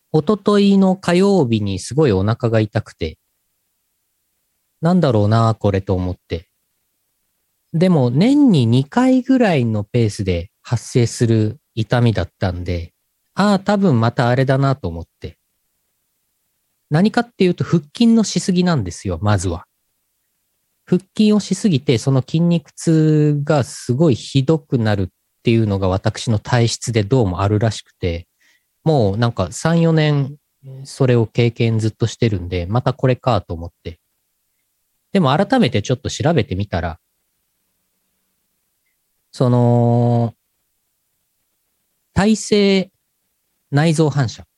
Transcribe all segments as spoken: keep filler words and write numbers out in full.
一昨日の火曜日にすごいお腹が痛くて、なんだろうな、これと思って。でも年ににかいぐらいのペースで発生する痛みだったんで、ああ、多分またあれだなと思って。何かっていうと腹筋のしすぎなんですよ、まずは。腹筋をしすぎて、その筋肉痛がすごいひどくなるっていうのが私の体質でどうもあるらしくて、もうなんかさん、よねんそれを経験ずっとしてるんで、またこれかと思って。でも改めてちょっと調べてみたら、その、体性内臓反射。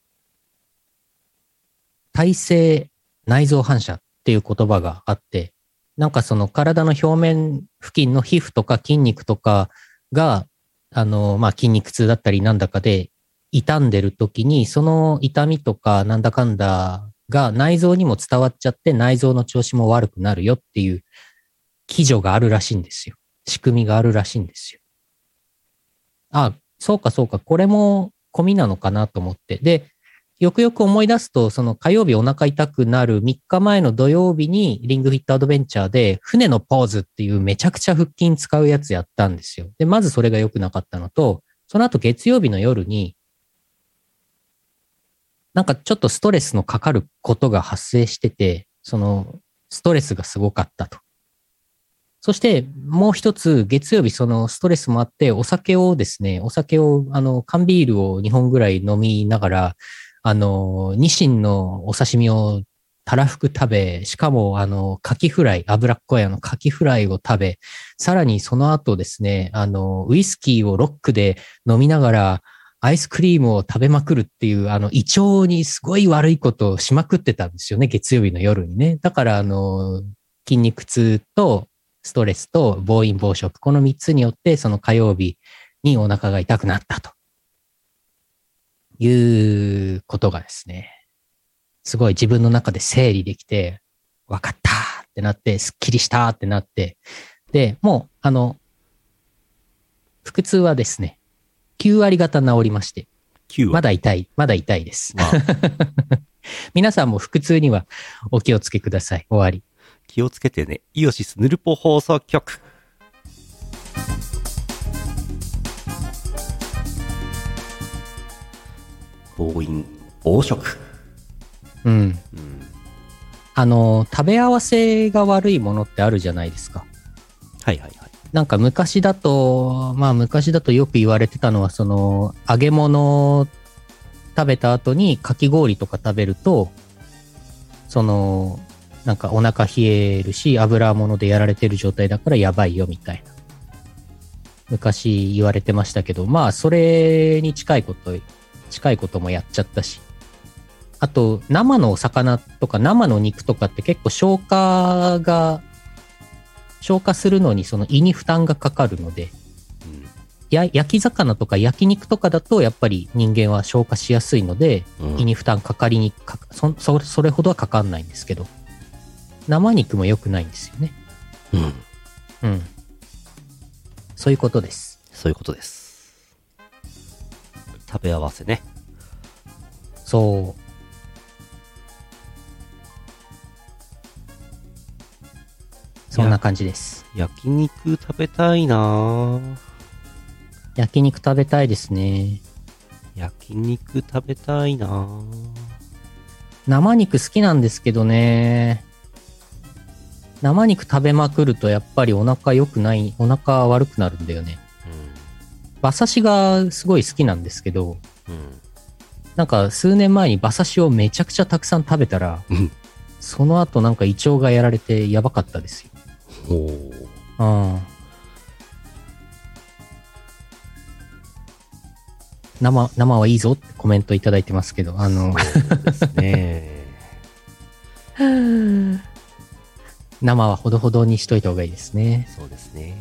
体性内臓反射っていう言葉があって、なんかその体の表面付近の皮膚とか筋肉とかが、あの、まあ、筋肉痛だったりなんだかで傷んでる時に、その痛みとかなんだかんだが内臓にも伝わっちゃって内臓の調子も悪くなるよっていう基準があるらしいんですよ。仕組みがあるらしいんですよ。あ、そうかそうか、これも込みなのかなと思って。で、よくよく思い出すと、その火曜日お腹痛くなるみっかまえの土曜日にリングフィットアドベンチャーで船のポーズっていうめちゃくちゃ腹筋使うやつやったんですよ。で、まずそれが良くなかったのと、その後月曜日の夜に、なんかちょっとストレスのかかることが発生してて、そのストレスがすごかったと。そしてもう一つ月曜日そのストレスもあってお酒をですね、お酒をあの缶ビールをにほんぐらい飲みながら、あの、ニシンのお刺身をたらふく食べ、しかもあの、カキフライ、脂っこいあのカキフライを食べ、さらにその後ですね、あの、ウイスキーをロックで飲みながら、アイスクリームを食べまくるっていう、あの、胃腸にすごい悪いことをしまくってたんですよね、月曜日の夜にね。だから、あの、筋肉痛とストレスと暴飲暴食、このみっつによって、その火曜日にお腹が痛くなったと。いうことがですね、すごい自分の中で整理できて、分かったってなって、すっきりしたってなって、で、もう、あの、腹痛はですね、きゅうわり方治りまして、 きゅうわりまだ痛い、まだ痛いです。 まあ、 皆さんも腹痛にはお気をつけください。終わり。 気をつけてね。イオシスヌルポ放送局。暴飲暴食。 うん。 うん。 あの、食べ合わせが悪いものってあるじゃないですか。 はいはいはい。 なんか昔だと、まあ昔だとよく言われてたのは、その、揚げ物を食べた後にかき氷とか食べると、その、なんかお腹冷えるし、油物でやられてる状態だからやばいよみたいな。昔言われてましたけど、まあそれに近いこと、近いこともやっちゃったし。あと、生のお魚とか生の肉とかって結構消化が、消化するのにその胃に負担がかかるので、 うん、 や焼き魚とか焼肉とかだとやっぱり人間は消化しやすいので、 うん、 胃に負担かかりにかそそそれほどはかかんないんですけど、生肉も良くないんですよね。 うん。 うん。そういうことです。 そういうことです。食べ合わせね。 そう。そんな感じです。 焼肉食べたいなぁ。 焼肉食べたいですね。 焼肉食べたいなぁ。 生肉好きなんですけどね。生肉食べまくるとやっぱりお腹良くない、お腹悪くなるんだよね。馬刺しがすごい好きなんですけど、 うん。うん。 なんか数年前に馬刺しをめちゃくちゃたくさん食べたら、 うん。 その後なんか胃腸がやられてやばかったですよ。 おうん。生、生はいいぞってコメントいただいてますけど、あの、 そうですね。 生はほどほどにしといた方がいいですね。 そうですね。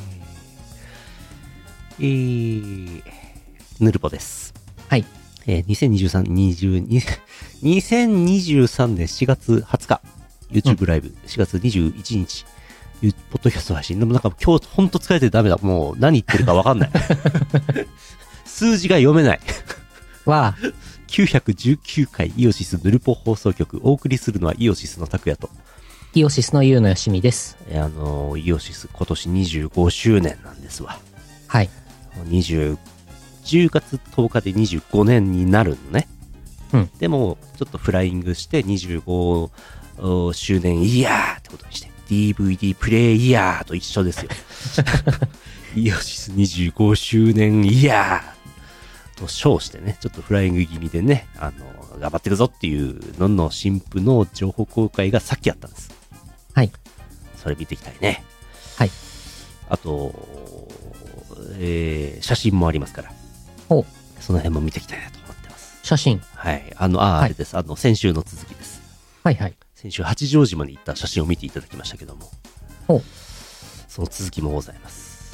えー、ヌルポです。 はい。 えー、にせんにじゅうさん、にじゅうに、にせんにじゅうさんねんしがつはつか、YouTube ライブ、うん、しがつにじゅういちにち、ポッドキャスト配信。でもなんか今日ほんと疲れてダメだ。もう何言ってるかわかんない。数字が読めない。 は、 きゅうひゃくじゅうきゅうかいイオシスヌルポ放送局、お送りするのはイオシスの拓也と、 イオシスのユウのよしみです。 あのイオシス今年にじゅうごしゅうねんなんですわ。 はい。 にじゅう、じゅうがつとおかでにじゅうごねんになるのね。 うん。 でもちょっとフライングしてにじゅうごしゅうねんイヤーってことにして ディーブイディー プレイヤーと一緒ですよ。イオシスにじゅうごしゅうねんイヤーと称してね、ちょっとフライング気味でね、あの頑張ってるぞっていうのの新婦の情報公開がさっきあったんです。 はい。 それ見ていきたいね。 はい。 あと、えー、写真もありますから、 お、 その辺も見ていきたいなと思ってます。 写真。 はい。あの、あ、 はい、 あれです。あの、先週の続きです。 はいはい。 先週八丈島に行った写真を見ていただきましたけども、 お、 その続きもございます。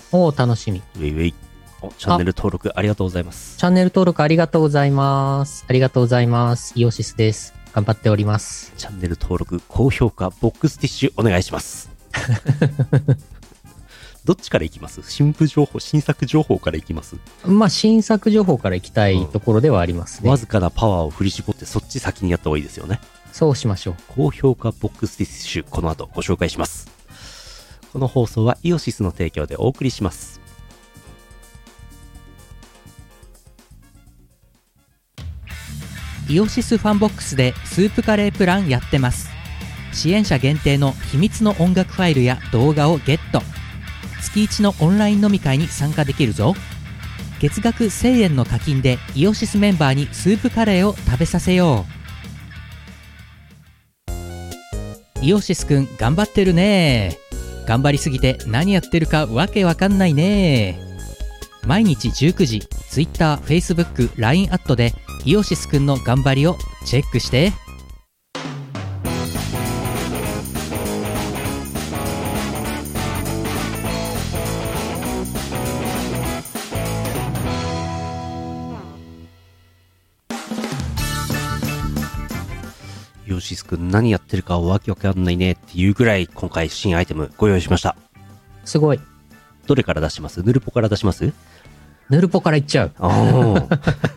お、楽しみ。 ウェイウェイ。お、チャンネル登録ありがとうございます。 チャンネル登録ありがとうございます。ありがとうございます。イオシスです。頑張っております。 チャンネル登録、高評価、ボックスティッシュお願いします。どっちからいきます？新婦情報、新作情報からいきます？ まあ、新作情報からいきたいところではありますね。 わずかなパワーを振り絞ってそっち先にやった方がいいですよね。 そうしましょう。 高評価ボックスティッシュ、この後ご紹介します。この放送はイオシスの提供でお送りします。 イオシスファンボックスでスープカレープランやってます。支援者限定の秘密の音楽ファイルや動画をゲット。月いちのオンライン飲み会に参加できるぞ。月額せんえんの課金でイオシスメンバーにスープカレーを食べさせよう。イオシスくん頑張ってるね。頑張りすぎて何やってるかわけわかんないね。毎日じゅうくじ Twitter、Facebook、ライン アットでイオシスくんの頑張りをチェックして。 イオシスくん何やってるかわけわかんないねっていうぐらい今回新アイテムご用意しました。 すごい。 どれから出します？ヌルポから出します？ ヌルポからいっちゃう。 あ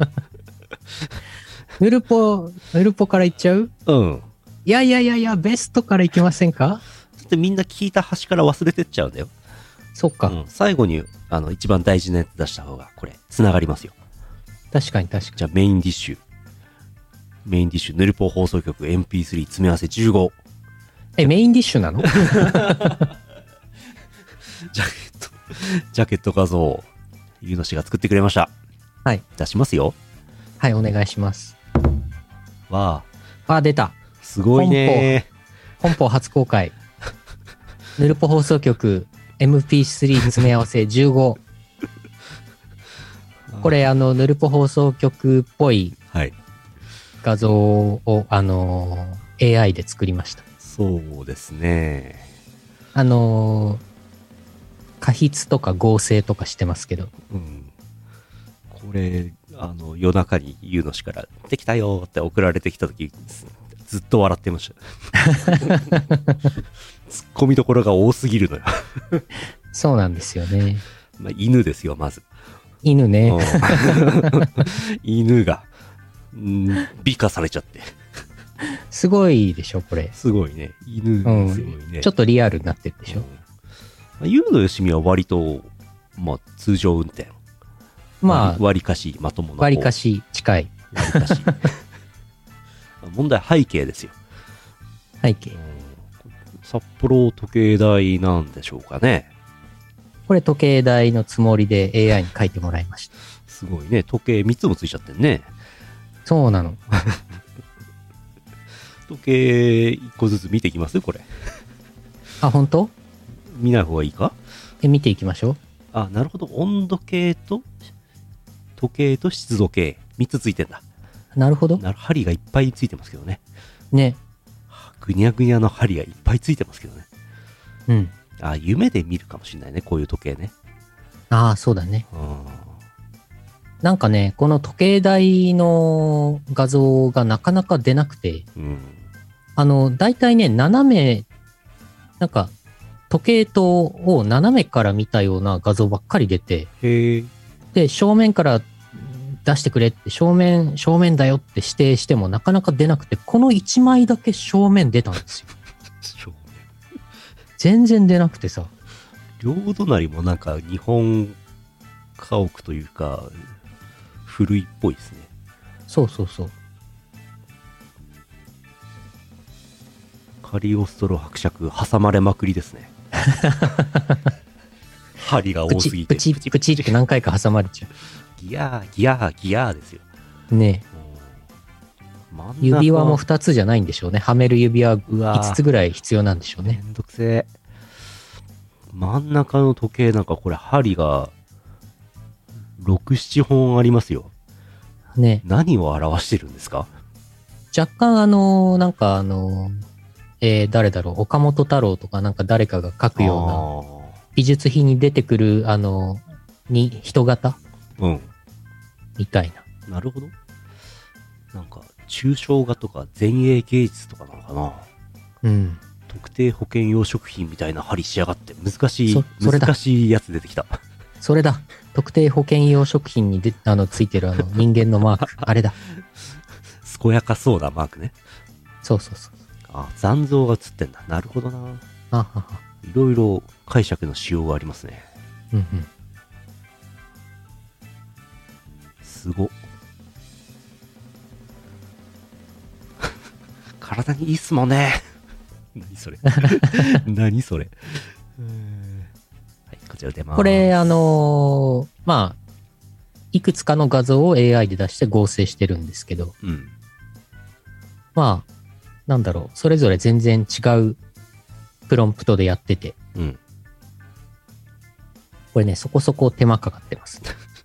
ヌルポ、ヌルポからいっちゃう？ うん。 いやいやいやいや、ベストからいきませんか？ だってみんな聞いた端から忘れてっちゃうんだよ。 そっか。 うん、最後にあの一番大事なやつ出した方がこれ繋がりますよ。 確かに確かに。 じゃあメインディッシュ。メインディッシュ、ヌルポ放送局 エムピースリー 詰め合わせじゅうご。 え、メインディッシュなの？ ジャケット、ジャケット画像、ゆうの氏が作ってくれました。 はい。 出しますよ。 はい、お願いします。 わあ。あ、出た。 すごいねー。本邦初公開。ヌルポ放送局 エムピースリー 詰め合わせじゅうご。これ、あの、ヌルポ放送局っぽい画像を、はい、あの、エーアイ で作りました。 そうですね。 あの、過筆とか合成とかしてますけど。 うん。これ、あの、夜中にゆうの氏から、できたよって送られてきたとき、ずっと笑ってました。ツッコミどころが多すぎるのよ。 そうなんですよね。 まあ、犬ですよ、まず。 犬ね。 犬が、ん美化されちゃって。 すごいでしょ、これ。 すごいね。犬、 うん、 すごいね。 ちょっとリアルになってるでしょ。 うん、ゆうのよしみは割と、まあ、通常運転。 まあ、 割かし、まともな。 割かし近い。 割かし。問題は背景ですよ。 背景。 札幌時計台なんでしょうかね。 これ時計台のつもりで エーアイ に書いてもらいました。 すごいね。時計みっつもついちゃってんね。 そうなの。 時計いっこずつ見ていきますこれ。 あ、本当？ 見ない方がいいか？ え、見ていきましょう。 あ、なるほど。温度計と時計と湿度計みっつついてんだ。 なるほど。 なる針がいっぱいついてますけどね。 ね。 ぐにゃぐにゃの針がいっぱいついてますけどね。 うん。 あ、夢で見るかもしれないね。こういう時計ね。 ああ、そうだね。 うん。 なんかね、この時計台の画像がなかなか出なくて、 うん、 あの、大体ね、斜め、なんか、時計塔を斜めから見たような画像ばっかり出て、 へー。 で、正面から出してくれって正面、正面だよって指定してもなかなか出なくて、このいちまいだけ正面出たんですよ。 正面。 全然出なくてさ。 両隣もなんか日本家屋というか、古いっぽいですね。 そうそうそう。 カリオストロ伯爵挟まれまくりですね。針がプ多すぎて。 チプチプチって何回か挟まれちゃギヤー、ギヤー、ギヤーですよ。 う。ねうん真ん中指輪もふたつじゃないんでしょうね。はめる指輪うわーいつつぐらい必要なんでしょうね。 めんどくせえ。真ん中の時計なんかこれ針がろく、ななほんありますよ。 ね何を表してるんですか？ 若干あのーなんかあのーえー誰だろう、岡本太郎とかなんか誰かが描くような美術品に出てくるあのーに人型うな。うん。 みたいな。 なるほど。なんか、抽象画とか前衛芸術とかなのかな。 うん。 特定保険用食品みたいな針しやがって難しいそそれだ難しいやつ出てきた。 それだ。特定保険用食品にであのついてるあの人間のマーク。あれだ。 健やかそうなマークね。 そうそうそう。 あ、残像が映ってんだ。なるほどな。 あはは。 いろいろ解釈のしようがありますね。 うんうん。 すご。体にいいっすもんね。何それ。何それ。うーんはい、こちら出ます。 これ、あのーまあ、いくつかの画像を エーアイ で出して合成してるんですけど、 うん。 まあ、なんだろう、それぞれ全然違うプロンプトでやってて、 うん。 これね、そこそこ手間かかってます。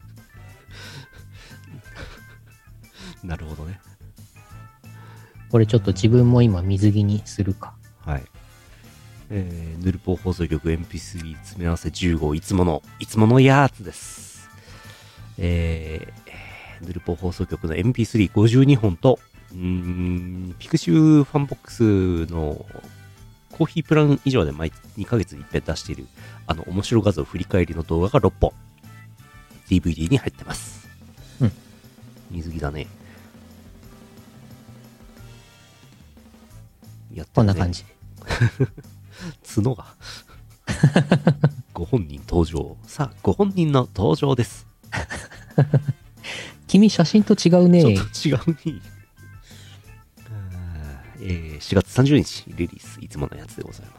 なるほどね。 これちょっと自分も今水着にするか。 はい。えー、ヌルポ放送局 エムピースリー 詰め合わせじゅうごいつもの、いつものやつです。えー、ヌルポ放送局の エムピースリーごじゅうに 本と、うーん、ピクシブファンボックスのコーヒープラン以上で毎にかげつに一遍出している、あの面白画像振り返りの動画がろっぽん、ディーブイディー に入ってます。 うん。 水着だね。やってるねこんな感じ。 角がご本人登場。さあご本人の登場です。 君写真と違うね。 ちょっと違うね。あーえーしがつさんじゅうにちリリース、いつものやつでございます。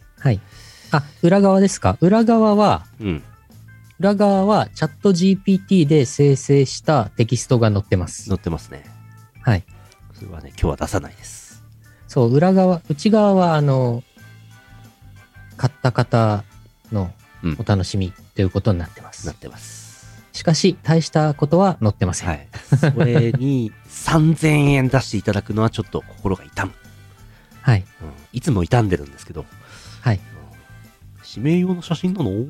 はい。あ、裏側ですか？裏側は、 うん。 裏側はチャット ジーピーティー で生成したテキストが載ってます。 載ってますね。 はい。 それはね、今日は出さないです。 そう、裏側、内側は、あの、買った方のうんお楽しみということになってます。 なってます。 しかし、大したことは載ってません。 はい。それにさんぜんえん出していただくのはちょっと心が痛む。 はい。 うん、いつも傷んでるんですけど。 はい。 うん指名用の写真なの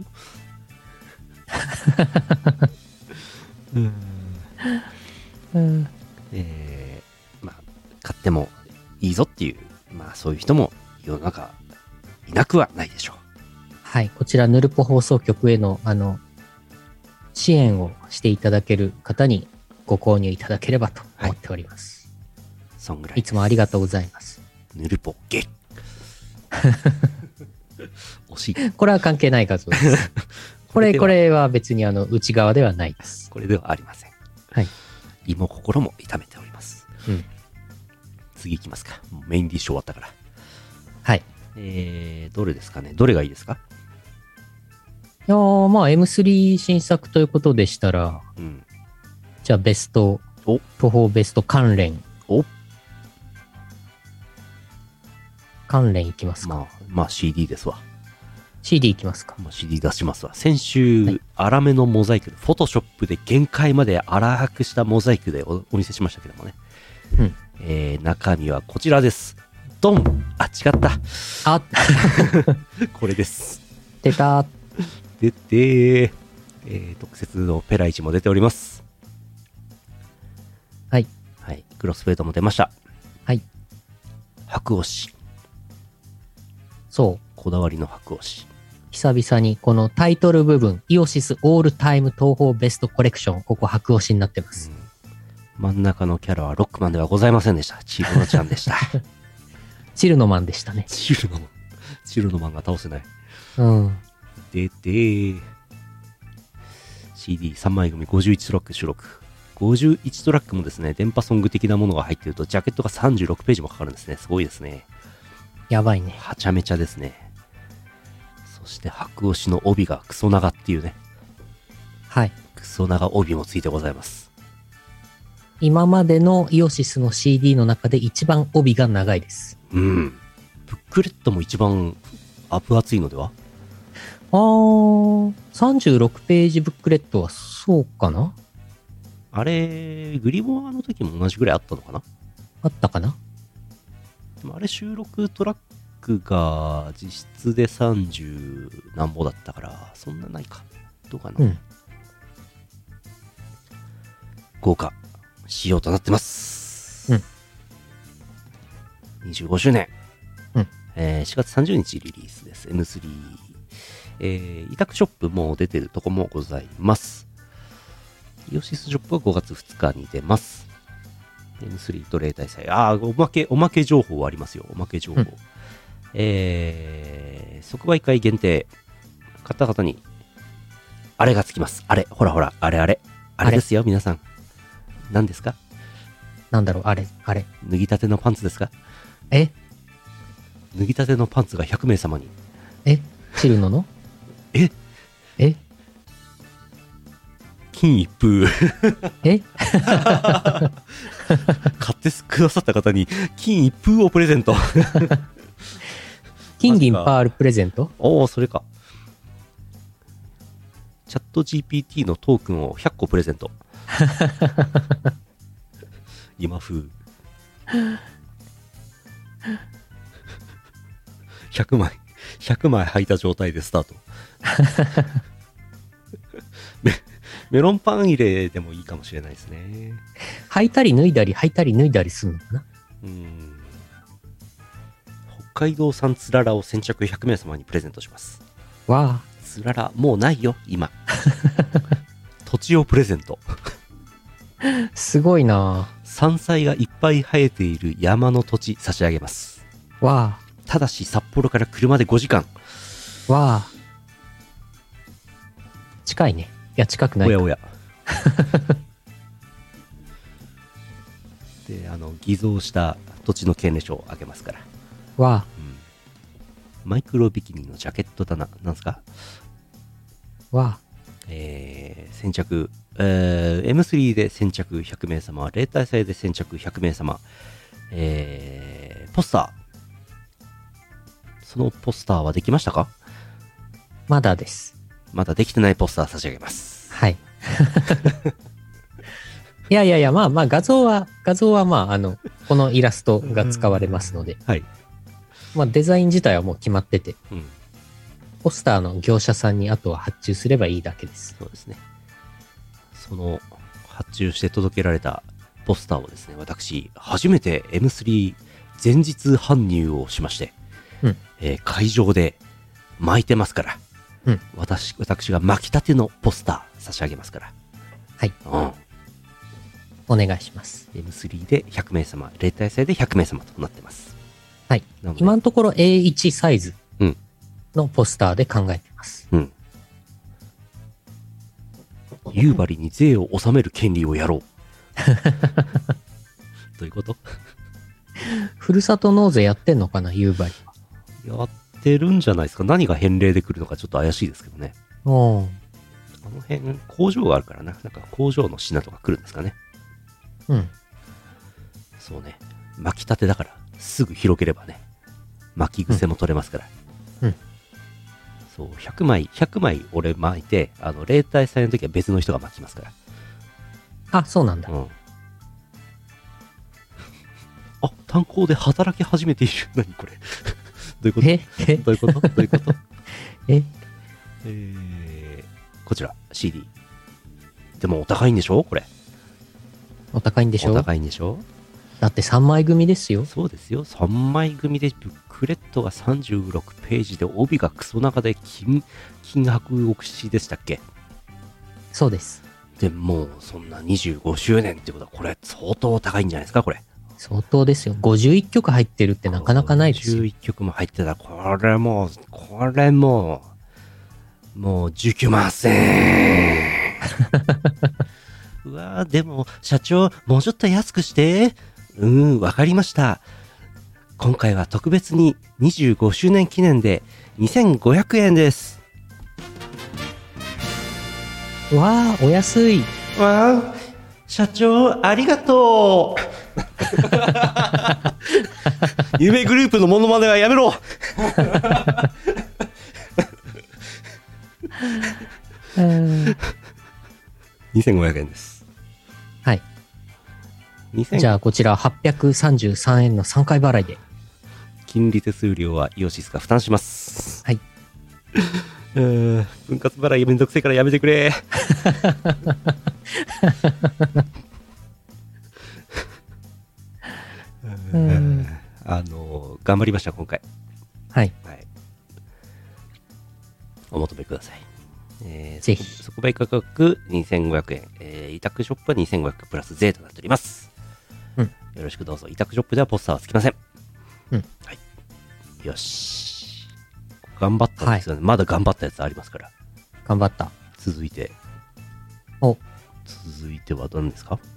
うんうんえー、まあ、買ってもいいぞっていう、まあそういう人も世の中いなくはないでしょう。 はい。こちら、ヌルポ放送局への、あの、支援をしていただける方にご購入いただければと思っております。 そんぐらい。 いつもありがとうございます。 ヌルポゲッ。惜しい。 これは関係ない画像です。これ、これは別にあの、内側ではないです。 これではありません。 はい。 胃も心も痛めております。 うん。 次行きますか。もうメインディッシュ終わったから。 はい。 えー、どれですかね。どれがいいですか？ いやーまあ エムスリー 新作ということでしたら、 うん。 じゃあベスト、 お東宝ベスト関連。 お関連いきますか。 まあ、まあ シーディー ですわ。 シーディー いきますか。 まあ、シーディー 出しますわ。先週、 はい粗めのモザイクで、フォトショップで限界まで粗くしたモザイクでおお見せしましたけどもね。 うん。 えー、中身はこちらです。ドンあ、違った。 あ、 これです。 出た。 で、で、えー、特設のペライチも出ております。 はい。 はい。クロスフェードも出ました。 はい。 白押し。 そう。 こだわりの白押し。 久々にこのタイトル部分、イオシスオールタイム東宝ベストコレクション、ここ白押しになってます。 うん、真ん中のキャラはロックマンではございませんでした。チルノちゃんでした。 チルノマンでしたね。 チルノマン。チルノマンが倒せない。 うん。 でで、シーディーさん 枚組ごじゅういちトラック収録。ごじゅういちトラックもですね、電波ソング的なものが入っていると、ジャケットがさんじゅうろくページもかかるんですね。すごいですね。 やばいね。 はちゃめちゃですね。そして白押しの帯がクソ長っていうね。 はい。 クソ長帯もついてございます。 今までのイオシスの シーディー の中で一番帯が長いです。 うん。ブックレットも一番分厚いのでは？ あー、さんじゅうろくページブックレットはそうかな？ あれ、グリモアの時も同じぐらいあったのかな？ あったかな？ でもあれ収録トラックが実質でさんじゅう何ぼだったから、そんなないか。どうかな？うん。豪華仕様となってます。うん。にじゅうごしゅうねん。うん。えー、しがつさんじゅうにちリリースです。エムスリー。えー、委託ショップも出てるとこもございます。イオシスショップはごがつふつかに出ます。エムスリー と例大祭。ああ、おまけ、おまけ情報ありますよ。おまけ情報。うん、えー、即売会限定。買った方に、あれがつきます。あれ、ほらほら、あれあれ。あれですよ、皆さん。何ですか？ なんだろう、あれ、あれ。 脱ぎたてのパンツですか？ え？ 脱ぎたてのパンツがひゃくめい様に。 え？チルノの？ え？ え？ 金一封え買ってくださった方に金一封をプレゼント金銀パールプレゼント？ おお、それか。チャット ジーピーティー のトークンをひゃっこプレゼント今風ひゃくまいひゃくまい履いた状態でスタートメロンパン入れでもいいかもしれないですね。 履いたり脱いだり履いたり脱いだりするのかな。 うん。北海道産つららを先着ひゃくめい様にプレゼントします。 わあ。 つららもうないよ今。土地をプレゼント。 すごいな。 山菜がいっぱい生えている山の土地差し上げます。 わあ。 ただし札幌から車でごじかん。 わあ。近いね。いや近くないか。 おやおやで、あの偽造した土地の権利書をあげますから。 わあ、 うん、マイクロビキニのジャケットだな。なんすか？ わあ、 えー、先着、えー、エムスリー で先着ひゃくめい様、例大祭で先着ひゃくめい様、えー、ポスター。そのポスターはできましたか？ まだです。 まだできてないポスター差し上げます。 はい。いやいやいや、まあまあ画像は、画像はまあ、あの、このイラストが使われますので、 はい。 まあデザイン自体はもう決まってて、 うん、 ポスターの業者さんにあとは発注すればいいだけです。 そうですね。その発注して届けられたポスターをですね、私、初めて エムスリー 前日搬入をしまして、うん、えー、会場で巻いてますから、うん、私, 私が巻きたてのポスター差し上げますから。 はい。 うん。 お願いします。 エムスリー でひゃくめい様、例大祭でひゃくめい様となってます。 はい。今のところ エーワン サイズのポスターで考えてます。 うん。夕張に税を納める権利をやろう。どういうこと？ ふるさと納税やってんのかな、夕張は。 やってるんじゃないですか。何が返礼で来るのかちょっと怪しいですけどね。 おー。 あの辺、工場があるからな。なんか工場の品とか来るんですかね。 うん。 そうね。巻きたてだから、すぐ広げればね、巻き癖も取れますから。 うん。うん、 そう、ひゃくまい、ひゃくまい俺巻いて、あの、例大祭の時は別の人が巻きますから。 あ、そうなんだ。 うん。あ、炭鉱で働き始めている。何これ。どういうこと？ ええどういうことどういうことええー、こちら、シーディー。でもお高いんでしょこれ。 お高いんでしょ？ お高いんでしょ？ だってさんまい組ですよ。 そうですよ。さんまい組でブックレットがさんじゅうろくページで帯がクソ長で金、金箔押しでしたっけ？ そうです。 でもうそんなにじゅうごしゅうねんってことはこれ相当高いんじゃないですかこれ。 相当ですよ。ごじゅういっきょく入ってるってなかなかないですよ。 ごじゅういっきょくも入ってたらこれもうこれもうもうじゅうきゅうまんせんうわーでも社長もうちょっと安くして。うーんわかりました。今回は特別ににじゅうごしゅうねん記念でにせんごひゃくえんです。 わあ、お安い。 わあ、社長ありがとう夢グループのモノマネはやめろにせんごひゃくえんです。 はい。 にせんじゃあこちらはっぴゃくさんじゅうさんえんのさんかい払いで。 金利手数料はイオシスが負担します。 はい。 うーん、分割払いめんどくせえからやめてくれ。うんあの頑張りました今回。 はい。 はい。お求めください。えー、 ぜひ。 即売価格にせんごひゃくえん、えー、委託ショップはにせんごひゃくえんプラス税となっております。 うん。 よろしくどうぞ。委託ショップではポスターはつきません。 うん。 はい。よし。頑張ったんですよね。はい、まだ頑張ったやつありますから。 頑張った。 続いて。 お。 続いては何ですか？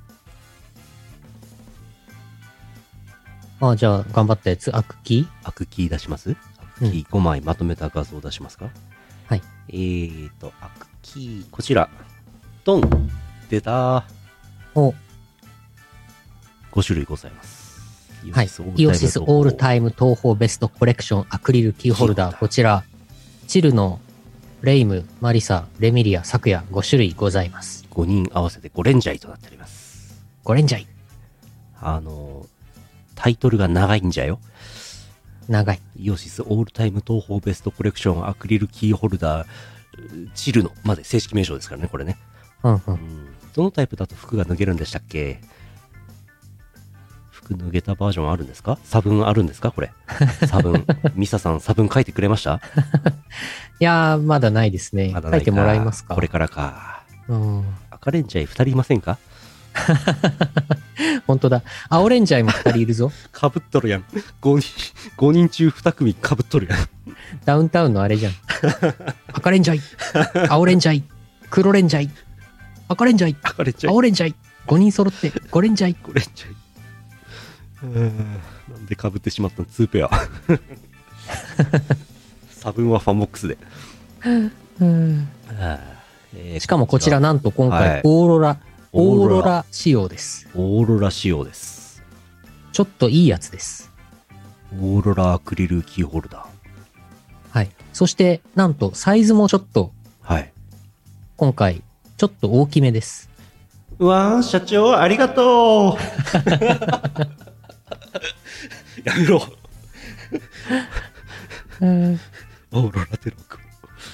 ああ、じゃあ頑張ったやつ、アクキーアクキー出します？アクキーごまいまとめた画像出しますか？うん、 はい。 えーと、アクキー、こちら。ドン出たー。 お。 ご種類ございます。 はい。イオシスオールタイム東宝ベストコレクションアクリルキーホルダー。こちら、チルノ、レイム、マリサ、レミリア、サクヤご種類ございます。 ごにん合わせてごレンジャイとなっております。 ごレンジャイ。 あの、タイトルが長いんじゃよ。 長い。 イオシスオールタイム東宝ベストコレクションアクリルキーホルダー、チルノまで正式名称ですからね、これね。 うんうん。うん、 どのタイプだと服が脱げるんでしたっけ？服脱げたバージョンあるんですか？差分あるんですかこれ。差分。ミサさん差分書いてくれました？ いやー、まだないですね。まだないか。書いてもらえますか？ これからか。 うん。 赤レンジャーふたりいませんか？ 本当だ。青レンジャーもふたりいるぞ。 かぶっとるやん。ごにん、ごにん中に組かぶっとるやん。 ダウンタウンのあれじゃん。赤レンジャー、青レンジャー、黒レンジャー、赤レンジャー、 赤レンジャー、 青レンジャー、ごにん揃ってごレンジャー。 ごレンジャー。なんでかぶってしまったの？にペア。差分はファンボックスで。 うんえー、しかもこちらなんと今回、はい、オーロラ、オーロラ仕様です。 オーロラ仕様です。 ちょっといいやつです。 オーロラアクリルキーホルダー。 はい。そしてなんとサイズもちょっと、 はい。 今回ちょっと大きめです。 うわー、社長ありがとう。やめろ。オーロラテロク。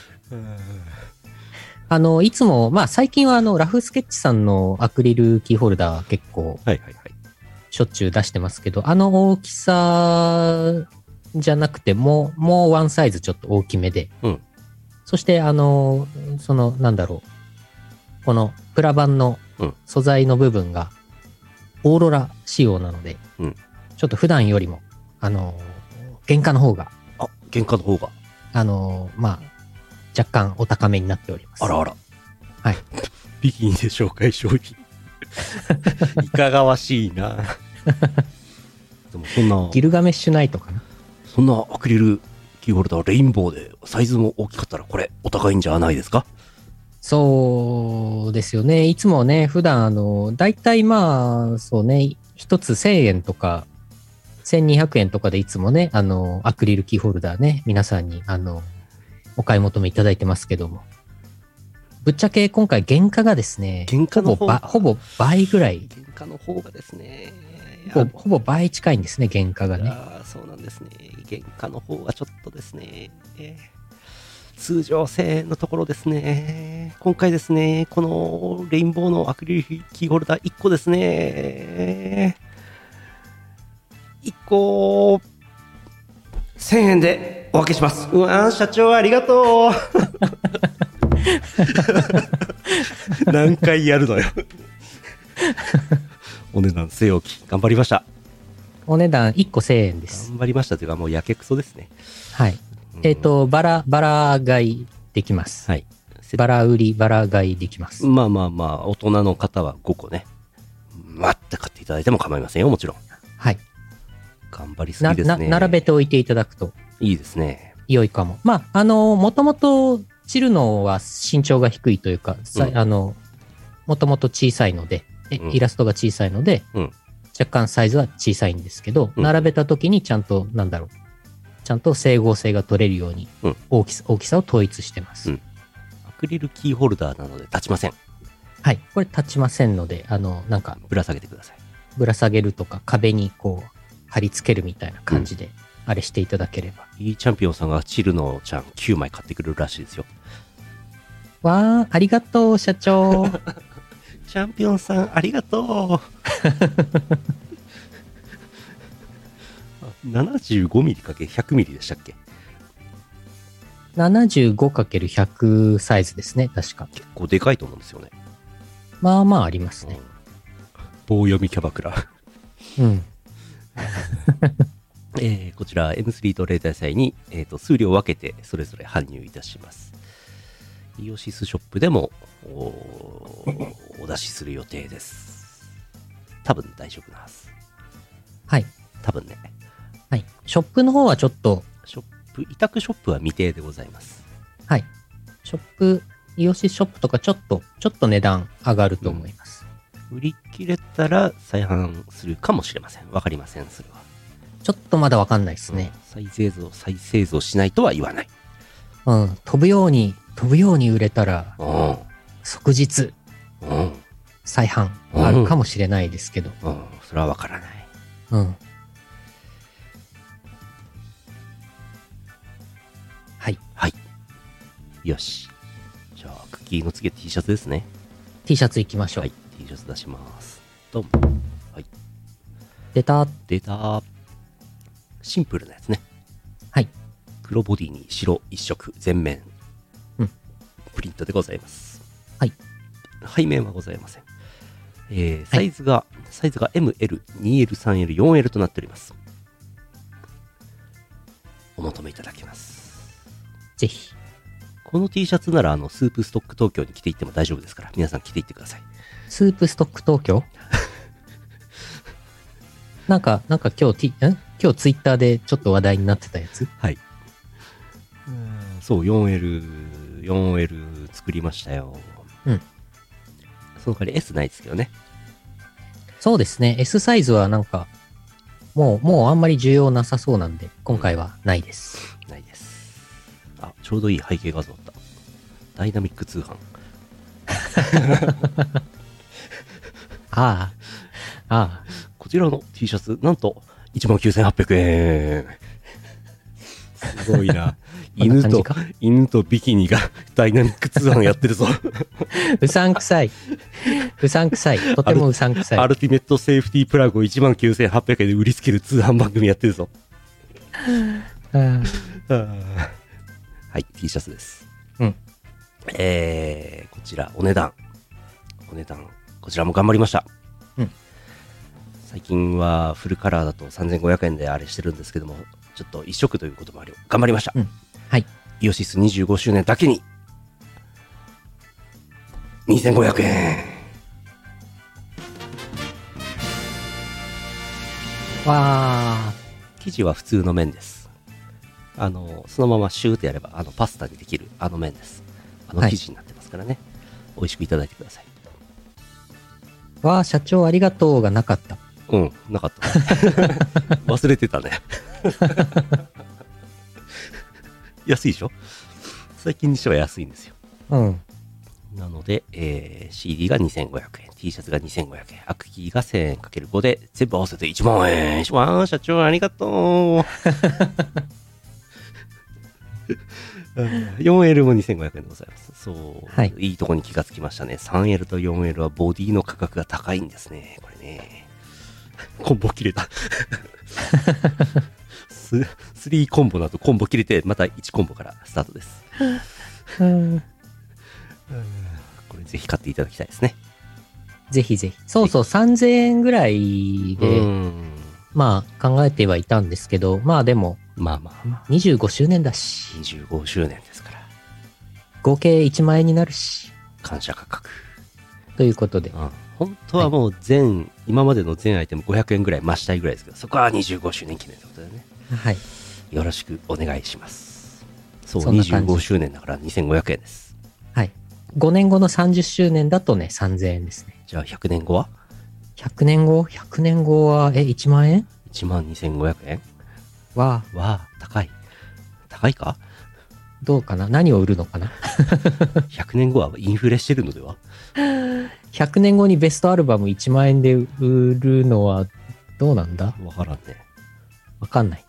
あの、いつも、まあ最近はあの、ラフスケッチさんのアクリルキーホルダー結構、 はいはいはい。 しょっちゅう出してますけど、あの大きさじゃなくても、もうワンサイズちょっと大きめで、 うん。 そしてあの、その、なんだろう、このプラ板の素材の部分が、オーロラ仕様なので、 うん、 ちょっと普段よりも、あの、原価の方が、 あ、原価の方が、 あの、まあ、若干お高めになっております。 あらあら。 はい。 ビギンで紹介商品。いかがわしいな。でもそんな。 ギルガメッシュナイトかな。 そんなアクリルキーホルダーレインボーでサイズも大きかったらこれお高いんじゃないですか？ そうですよね。いつもね、普段あの、だいたいまあ、そうね、一つせんえんとか、せんにひゃくえんとかでいつもね、あの、アクリルキーホルダーね、皆さんに、あの、お買い求めいただいてますけども。ぶっちゃけ今回原価がですね、 原価の方がほぼ、ほぼ倍ぐらい。 原価の方がですね、 ほぼ、ほぼ倍近いんですね、原価がね。 ああ、そうなんですね。原価の方がちょっとですね、えー、通常せんえんのところですね、今回ですね、このレインボーのアクリルキーホルダーいっこですね、 個せんえんでお分けします。うわー、社長ありがとう。何回やるのよ。お値段据え置き頑張りました。 お値段いっこせんえんです。 頑張りましたというか、もうやけくそですね。 はい。 うん、 えっ、と、バラ、バラ買いできます。 はい。 バラ売り、バラ買いできます。 まあまあまあ、大人の方はごこね、待って買っていただいても構いませんよ、もちろん。 はい。 頑張りすぎですね。 な、な、並べておいていただくと。 いいですね。 良いかも。まあ、あの、もともとチルノは身長が低いというか、さうん、 あの、もともと小さいので、えうんイラストが小さいので、 うん、 若干サイズは小さいんですけど、 うん並べた時にちゃんと、なんだろう、ちゃんと整合性が取れるようにうん大きさ、大きさを統一してます。 うんアクリルキーホルダーなので立ちません。 はい。これ立ちませんので、あの、なんか、 ぶら下げてください。 ぶら下げるとか壁にこう、貼り付けるみたいな感じで、あれしていただければ。 いいチャンピオンさんがチルノちゃんきゅうまい買ってくるらしいですよ。 わー、ありがとう、社長。 チャンピオンさんありがとう。ななじゅうごミリかけるひゃくミリでしたっけ？ ななじゅうごかけるひゃく サイズですね、確か。 結構でかいと思うんですよね。 まあまあありますね。 棒読みキャバクラ。 うん。 えーこちら エムスリー と例大祭に、えーと数量を分けてそれぞれ搬入いたします。イオシスショップでも お, お出しする予定です。多分大丈夫なはず。 はい。 多分ね。 はい。ショップの方はちょっと、 ショップ、委託ショップは未定でございます。 はい。ショップ、イオシスショップとかちょっと、ちょっと値段上がると思います。 売り切れたら再販するかもしれません。わかりません、それは。 ちょっとまだわかんないですね。 再製造、再製造しないとは言わない。 うん。飛ぶように、飛ぶように売れたら、 うん。 即日、 うん。 再販あるかもしれないですけど。 うん。それはわからない。 うん。はい。 はい。よし。じゃあ、クッキーの次は T シャツですね。 T シャツ行きましょう。 はい。T シャツ出します。ドン。はい。 出た。 出た。シンプルなやつね。 はい。 黒ボディに白一色全面。 うん。 プリントでございます。 はい。 背面はございません。えー、サイズが、はい、サイズが エムエル、にエル、さんエル、よんエル となっております。お求めいただけます。 ぜひ。 この T シャツなら、あの、スープストック東京に着ていっても大丈夫ですから、皆さん着ていってください。 スープストック東京なんか、なんか今日、T、ん今日ツイッターでちょっと話題になってたやつ？ はい。そう、よんエル、よんエル 作りましたよ。 うん。 その代わり S ないですけどね。 そうですね。S サイズはなんか、もう、もうあんまり需要なさそうなんで、今回はないです。 うん、ないです。あ、ちょうどいい背景画像だった。ダイナミック通販。 ああ。ああ。 こちらの T シャツ、なんと、いちまんきゅうせんはっぴゃくえん。すごいな。犬と、犬とビキニがダイナミック通販やってるぞ。 うさんくさい。うさんくさい。とてもうさんくさい。 アルティメットセーフティープラグをいちまんきゅうせんはっぴゃくえんで売りつける通販番組やってるぞ。はい、T シャツです。 うん。 えー、こちら、お値段。お値段、こちらも頑張りました。 うん。 最近はフルカラーだとさんぜんごひゃくえんであれしてるんですけども、ちょっと一色ということもあり、頑張りました。 うん。はい。 イオシスにじゅうごしゅうねんだけに、にせんごひゃくえん。 わー。 生地は普通の麺です。あの、そのままシューってやれば、あの、パスタにできるあの麺です。あの生地になってますからね。はい、美味しくいただいてください。 わー、社長ありがとうがなかった。 うん、なかった。忘れてたね。安いでしょ？最近にしては安いんですよ。 うん。 なので、えー、シーディー がにせんごひゃくえん、T シャツがにせんごひゃくえん、アクキーがせんえんかけるごで、全部合わせていちまんえん。わー、社長ありがとう。よんエル もにせんごひゃくえんでございます。そう、 はい、 いいとこに気がつきましたね。さんエル と よんエル はボディの価格が高いんですね。これね。 コンボ切れた。スリーコンボの後コンボ切れて、またいちコンボからスタートです。 うんこれぜひ買っていただきたいですね。 ぜひぜひ。そうそう、さんぜんえんぐらいで、 うんまあ考えてはいたんですけど、まあでも、 まあまあまあにじゅうごしゅうねんだし、 にじゅうごしゅうねんですから合計いちまんえんになるし、 感謝価格、 ということで。 うん、本当はもう全、今までの全アイテムごひゃくえんぐらい増したいぐらいですけど、そこはにじゅうごしゅうねん記念ということでね、 はい。 よろしくお願いします。そう、 そんな感じにじゅうごしゅうねんだからにせんごひゃくえんです。 はい。ごねんごのさんじゅっしゅうねんだとね、さんぜんえんですね。 じゃあひゃくねんごはひゃくねんご ?ひゃく 年後は、え、いちまんえんいちまんにせんごひゃくえんは、 わあ、高い。高いか ? どうかな？何を売るのかな？ ひゃく 年後はインフレしてるのでは？ ひゃく 年後にベストアルバムいちまんえんで売るのはどうなんだ？ わからんね。 わかんない。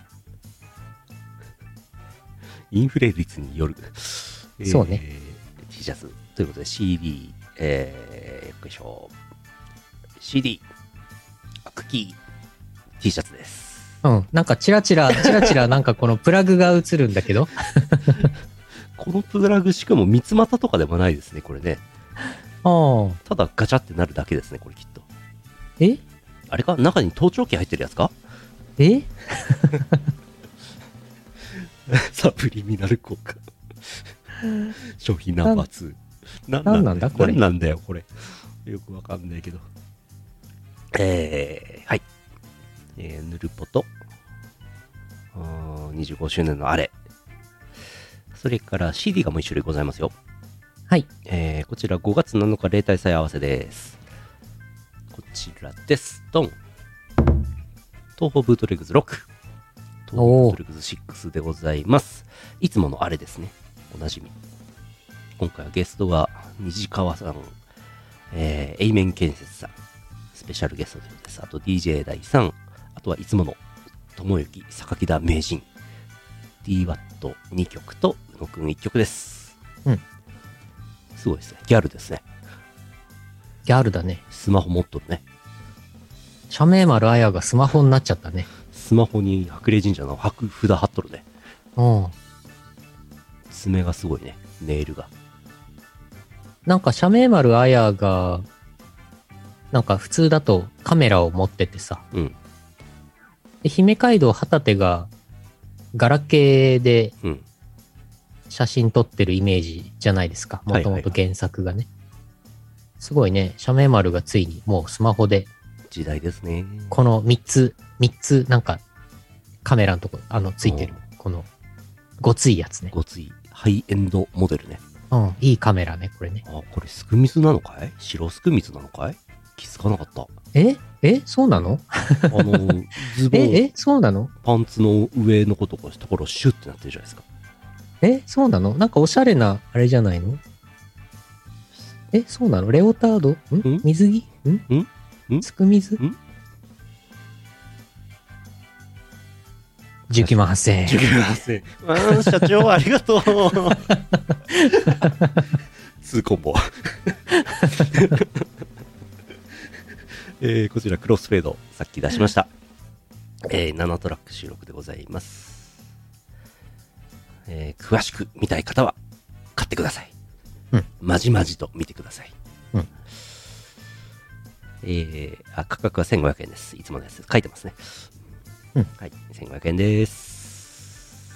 インフレ率による。 そうね。 えー T シャツということで シーディー、えー、よいしょ。シーディー、クッキー、T シャツです。 うん。なんかチラチラ、チラチラなんかこのプラグが映るんだけど。 このプラグしかも三つ股とかでもないですね、これね。 ああ。 ただガチャってなるだけですね、これきっと。 えあれか中に盗聴器入ってるやつか？ えサブリミナル効果。商品ナンバーツー。ななんなんだこれ。 なんなんだよ、これ。よくわかんないけど。えー、はい。えー、ヌルポと、にじゅうごしゅうねんのあれ。それから シーディー がもう一種類ございますよ。 はい。 えー、こちらごがつなのか例大祭合わせです。こちらです。ドン。東宝ブートレグズろく。東宝ブートレグズろくでございます。いつものあれですね。おなじみ。今回はゲストは虹川さん、えー、エイメン建設さん、スペシャルゲストということです。あと ディージェー 大さん、あとはいつもの友之榊田名人、ディーワットにきょくと宇野くんいっきょくです。 うん。 すごいですね。ギャルですね。 ギャルだね。 スマホ持っとるね。 社名丸綾がスマホになっちゃったね。 スマホに白麗神社の白札貼っとるね。 うん。 爪がすごいね。ネイルが。 なんか社名丸綾が、なんか普通だとカメラを持っててさ。 うん。 で姫街道旗手がガラケーでうん。 写真撮ってるイメージじゃないですか。もともと原作がね。すごいね。社名丸がついにもうスマホで、 時代ですね。 このみっつ、みっつなんかカメラのとこ、あの、ついてる。この、ごついやつね。 ごついハイエンドモデルね。 うん、いいカメラね、これね。 あ、これスクミズなのかい？白スクミズなのかい？気づかなかった。 ええそうなのあの、ズボン、 ええそうなのパンツの上のことこ、ところシュッってなってるじゃないですか。 えそうなのなんかおしゃれな、あれじゃないのえそうなのレオタードんん水着んんんつく水んじゅうきゅうまんはっせんえん。 じゅうきゅうまんはっせんえん。あー社長ありがとう。ツーコンボ。えー、こちらクロスフェードさっき出しました。えー、ななトラック収録でございます。えー、詳しく見たい方は買ってください。 うん。 まじまじと見てください。 うん。 えー、あ、価格はせんごひゃくえんです。いつものやつ書いてますね。 うん。 はい、せんごひゃくえんです。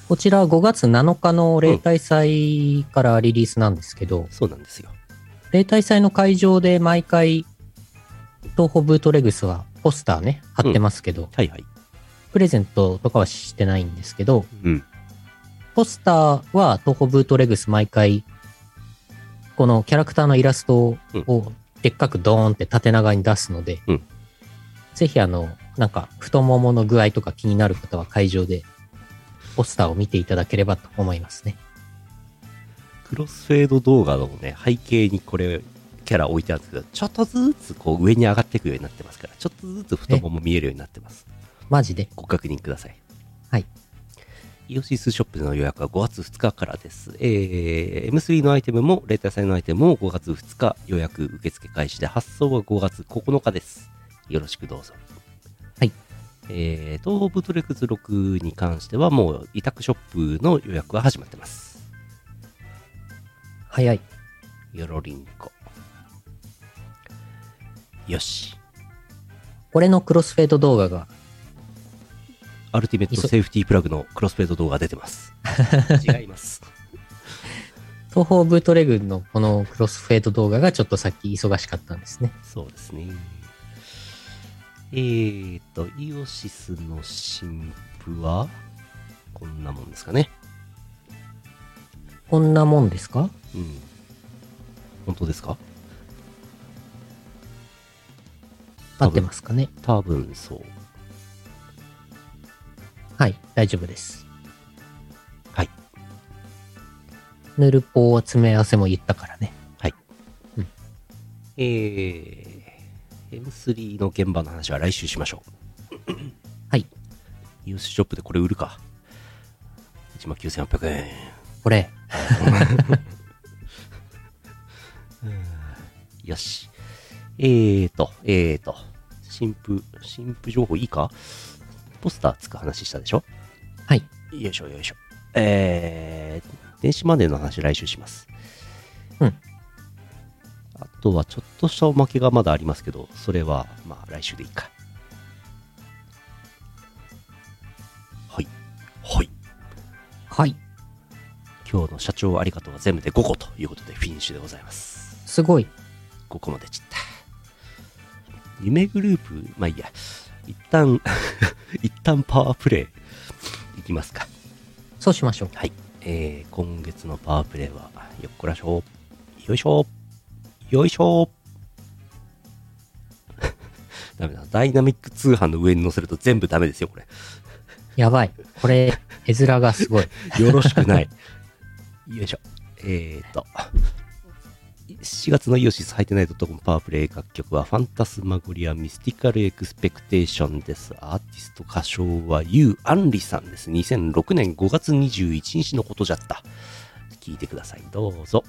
こちらごがつなのかの例大祭からリリースなんですけど、 そうなんですよ。 例大祭の会場で毎回、東宝ブートレグスはポスターね、貼ってますけど、 はいはい。 プレゼントとかはしてないんですけど、 うん。 ポスターは東宝ブートレグス毎回、このキャラクターのイラストをでっかくドーンって縦長に出すので、 うん、 ぜひあの、なんか太ももの具合とか気になる方は会場でポスターを見ていただければと思いますね。 クロスフェード動画のね、背景にこれ、キャラ置いてあるんですけど、ちょっとずつこう上に上がっていくようになってますから、ちょっとずつ太もも見えるようになってます。 マジでご確認ください。 はい。 イオシスショップでの予約はごがつふつかからです。えー、エムスリー のアイテムも、例大祭のアイテムもごがつふつか予約受付開始で、発送はごがつここのかです。よろしくどうぞ。 えー、東方ブートレックスろくに関してはもう委託ショップの予約が始まってます。 早い。 よろりんこ。よし。 これのクロスフェード動画が、 アルティメットセーフティープラグのクロスフェード動画出てます。違います。 東方ブートレグのこのクロスフェード動画がちょっとさっき忙しかったんですね。 そうですね。えーと、イオシスの新譜は、こんなもんですかね。 こんなもんですか？ うん。本当ですか？ 合ってますかね？ 多分そう。 はい、大丈夫です。 はい。 ヌルポは詰め合わせも言ったからね。 はい。 うん、 えー、エムスリー の現場の話は来週しましょう。 はい。 イオシスショップでこれ売るか。いちまんきゅうせんはっぴゃくえん。 これ。 よし。えーと、えーと、新譜、新譜情報いいか？ポスターつく話したでしょ？ はい。 よいしょよいしょ。えー、電子マネーの話来週します。 うん。 あとはちょっとしたおまけがまだありますけど、それはまあ来週でいいか。はい。はい。 はい。 今日の社長ありがとうは全部でごこということでフィニッシュでございます。 すごい。 ごこまで散った。夢グループ、まあいいや。一旦、一旦パワープレイいきますか。 そうしましょう。 はい。えー、今月のパワープレイは、よっこらしょ。よいしょ。よいしょ。ダメだ。ダイナミック通販の上に載せると全部ダメですよ、これ。 やばい。これ、絵面がすごい。 よろしくない。よいしょ。えーと。しちがつのイオシスハイテナイト.comパワープレイ楽曲はファンタスマゴリアミスティカルエクスペクテーションです。アーティスト歌唱はユー・アンリさんです。にせんろくねんごがつにじゅういちにちのことじゃった。聞いてください。どうぞ。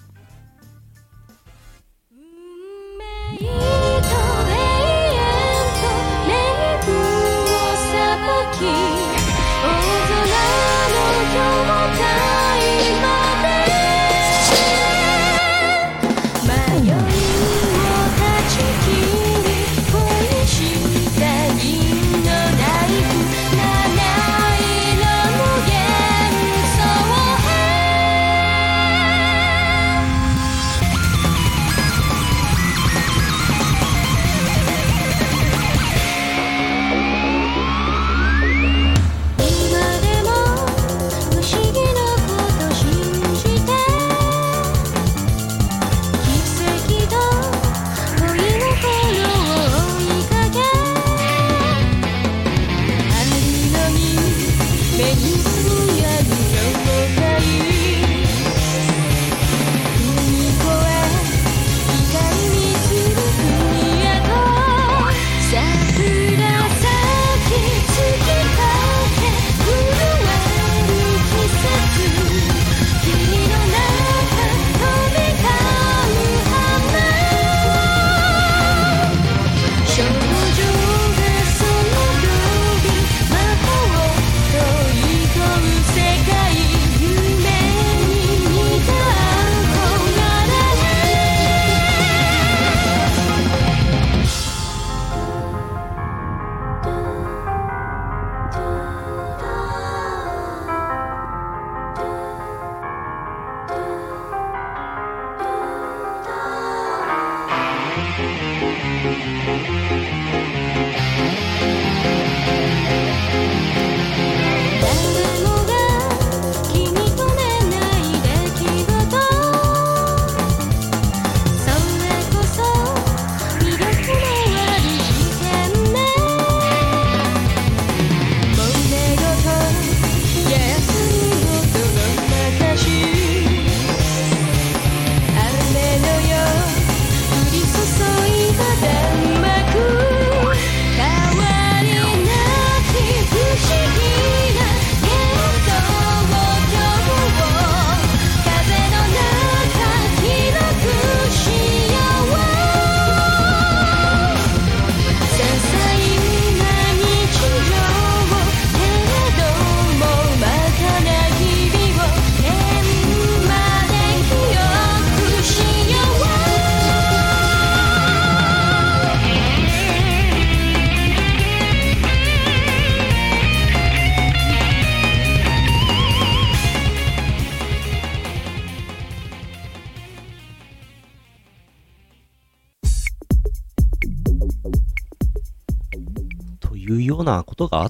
いうようなことがあって、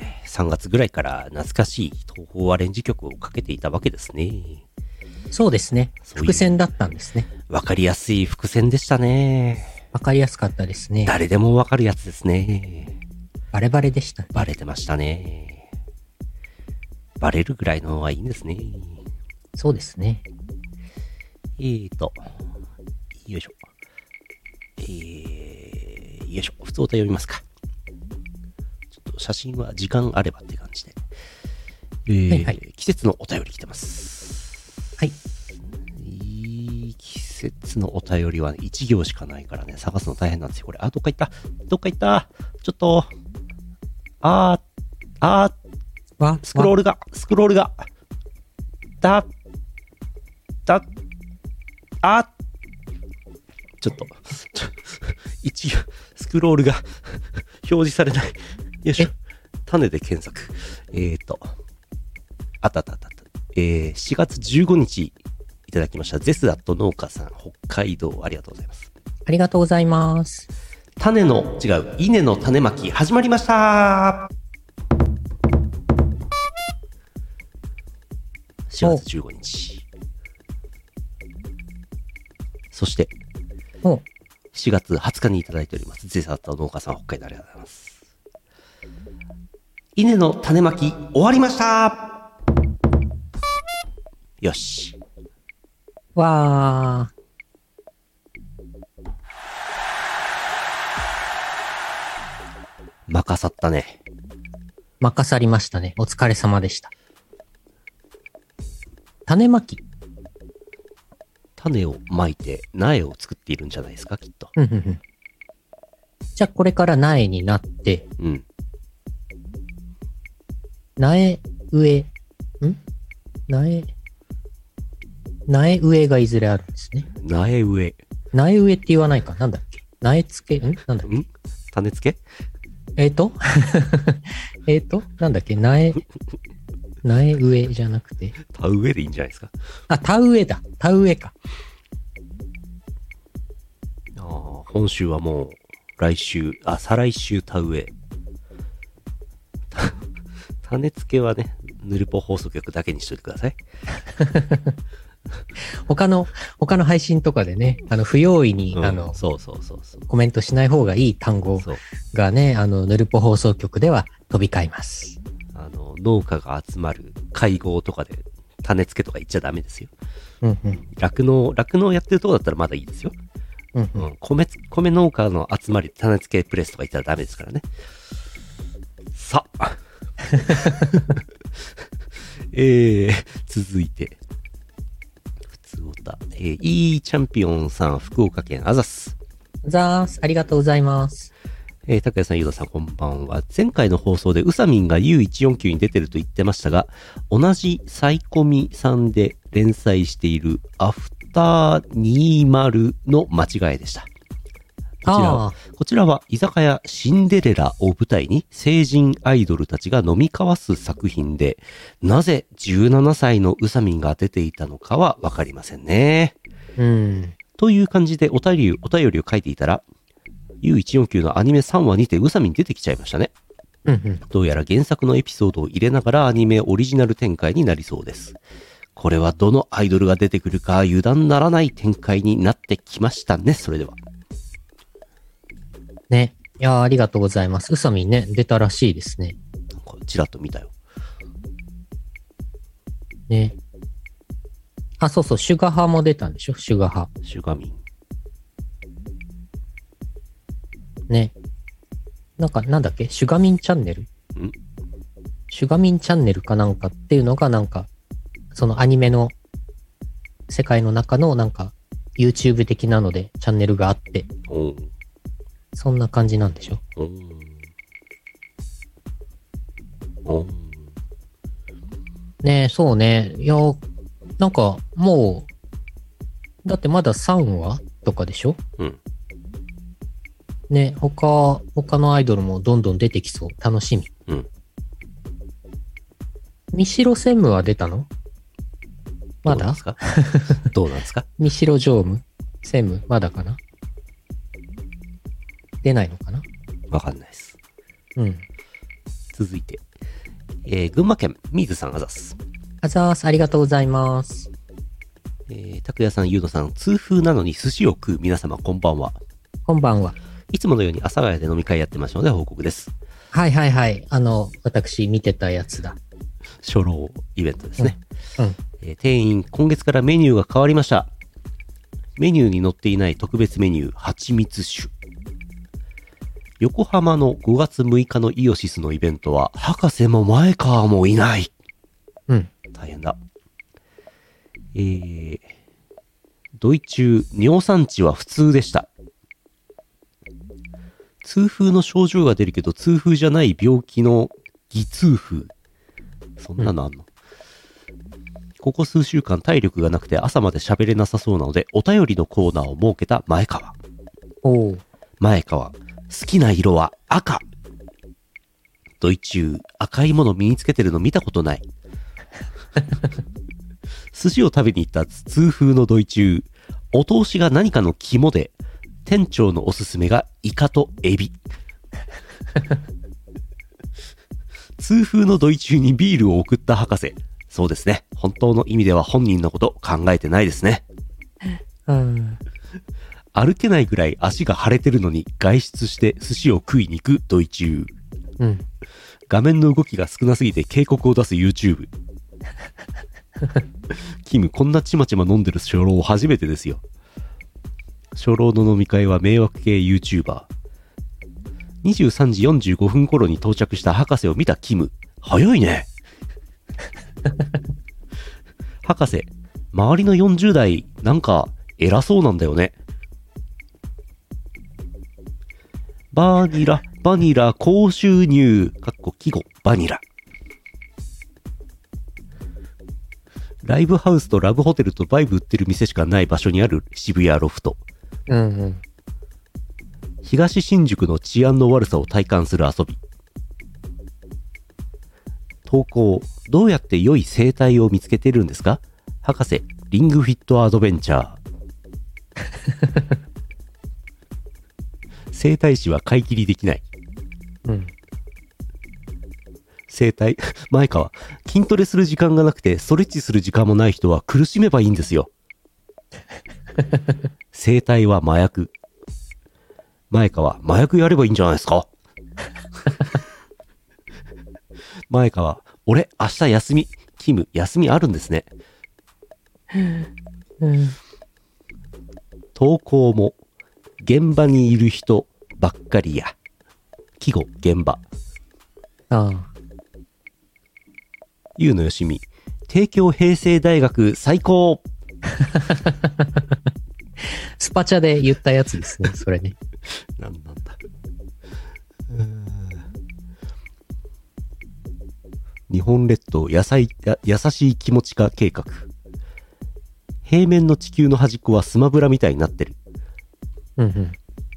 さんがつぐらいから懐かしい東宝アレンジ曲をかけていたわけですね。 そうですね。 そういう伏線だったんですね。 わかりやすい伏線でしたね。 わかりやすかったですね。 誰でもわかるやつですね。 バレバレでしたね。 バレてましたね。バレるぐらいのはいいんですね。 そうですね。 えーと、よいしょ。えー、よいしょ。普通歌読みますか。ちょっと写真は時間あればって感じで。えーはいはい、 季節のお便り来てます。 はい。 いい季節のお便りは、ね、いち行しかないからね、探すの大変なんですよ、これ。あ、どっか行ったどっか行ったちょっと、あー、あー、 わ、 スクロールが、スクロールが、だ、だ、あ、ちょっと、ちょ、一行、スクロールが表示されない。よいしょ。種で検索。えーと、あったあったあった。えー、しがつじゅうごにちいただきました。ゼスダット農家さん、北海道、ありがとうございます。 ありがとうございます。 種の、違う、稲の種まき、始まりましたしがつじゅうごにち。そして、 お、 しがつはつかにいただいております。ゼスダット農家さん、北海道、ありがとうございます。稲の種まき、終わりましたよし。 わー。 任さったね。 任さりましたね。お疲れ様でした。種まき。 種をまいて苗を作っているんじゃないですか、きっと。 うんうんうん。じゃあこれから苗になって、 うん。 苗植え、ん苗、苗植えがいずれあるんですね。 苗植え。 苗植えって言わないか。なんだっけ苗付け、んなんだっけん種付けえーとえーとなんだっけ苗、苗植えじゃなくて。 田植えでいいんじゃないですか。 あ、田植えだ。田植えか。 ああ、本州はもう来週、あ、再来週田植え。種付けはね、ヌルポ放送局だけにしといてください。 他の、他の配信とかでね、あの、不用意に、 うん、 あの、 そうそうそうそう。 コメントしない方がいい単語そう。 がね、あの、ヌルポ放送局では飛び交います。 あの、農家が集まる会合とかで種付けとか言っちゃダメですよ。 うんうん。 酪農、酪農やってるとこだったらまだいいですよ。 うんう。 うんん、米、米農家の集まり種付けプレスとか言ったらダメですからね。さあ。えー、続いて。普通おた。えー、いいチャンピオンさん、福岡県あざす。 ざーす。ありがとうございます。 えー、拓也さん、ゆうださん、こんばんは。前回の放送で、うさみんが ユーいちよんきゅう に出てると言ってましたが、同じサイコミさんで連載しているアフターにじゅうの間違いでした。こちらは、こちらは居酒屋シンデレラを舞台に成人アイドルたちが飲み交わす作品で、なぜじゅうななさいのうさみんが出ていたのかはわかりませんね。 うん。 という感じでお便り、お便りを書いていたら、ユーいちよんきゅう のアニメさんわにてうさみん出てきちゃいましたね。 うんうん。 どうやら原作のエピソードを入れながらアニメオリジナル展開になりそうです。これはどのアイドルが出てくるか油断ならない展開になってきましたね。それでは。 ね。いやー、ありがとうございます。うさみんね、出たらしいですね。 なんかちらっと見たよ。 ね。あ、そうそう、シュガハも出たんでしょシュガハ。 シュガミン。 ね。なんか、なんだっけシュガミンチャンネルんシュガミンチャンネルかなんかっていうのがなんか、そのアニメの世界の中のなんか YouTube 的なのでチャンネルがあって、 おうそんな感じなんでしょおうおうねえ、そうね。いや、なんかもう、だってまださんわとかでしょうん。 ね、他、他のアイドルもどんどん出てきそう。楽しみ。 うん。 三代専務は出たのまだどうなんですかどうなんですか三代常務専務まだかな出ないのかなわかんないです。 うん。 続いて、えー群馬県、水さんあざす。 あざーす。ありがとうございます。 えー、拓也さん、ゆうのさん、痛風なのに寿司を食う皆様、こんばんは。 こんばんは。 いつものように阿佐ヶ谷で飲み会やってましたので報告です。 はいはいはい。あの、私見てたやつだ。 初老イベントですね。 うん。うん、 えー店員、今月からメニューが変わりました。メニューに載っていない特別メニュー、蜂蜜酒。横浜のごがつむいかのイオシスのイベントは、博士も前川もいない。 うん。 大変だ。えー、ドイ中、尿酸値は普通でした。痛風の症状が出るけど、痛風じゃない病気の偽痛風。そんなのあんの、うん、ここ数週間体力がなくて朝まで喋れなさそうなので、お便りのコーナーを設けた前川。 おう。 前川。好きな色は赤。ドイ中、赤いもの身につけてるの見たことない。寿司を食べに行った痛風のドイ中、お通しが何かの肝で、店長のおすすめがイカとエビ。痛風のドイ中にビールを送った博士。そうですね。本当の意味では本人のこと考えてないですね。 うん。 歩けないぐらい足が腫れてるのに外出して寿司を食いに行くドイ中。 うん。 画面の動きが少なすぎて警告を出す YouTube。キム、こんなちまちま飲んでる初老初めてですよ。初老の飲み会は迷惑系 YouTuber。にじゅうさんじよんじゅうごふん頃に到着した博士を見たキム。早いね。博士、周りのよんじゅう代、なんか偉そうなんだよね。バニラ、バニラ、高収入、かっこ季語、バニラ。ライブハウスとラブホテルとバイブ売ってる店しかない場所にある渋谷ロフト。 うんうん。 東新宿の治安の悪さを体感する遊び。投稿、どうやって良い生態を見つけてるんですか？博士、リングフィットアドベンチャー。生態師は買い切りできない。 うん。 生態、前川、筋トレする時間がなくてストレッチする時間もない人は苦しめばいいんですよ。生態は麻薬。前川、麻薬やればいいんじゃないですか？前川、俺、明日休み。キム、休みあるんですね。 うん、 投稿も、現場にいる人ばっかりや。季語、現場。 ああ。 ゆうのよしみ、帝京平成大学最高。 スパチャで言ったやつですね、それね。 なんなんだ。日本列島野菜や優しい気持ち化計画。平面の地球の端っこはスマブラみたいになってる。 うんうん。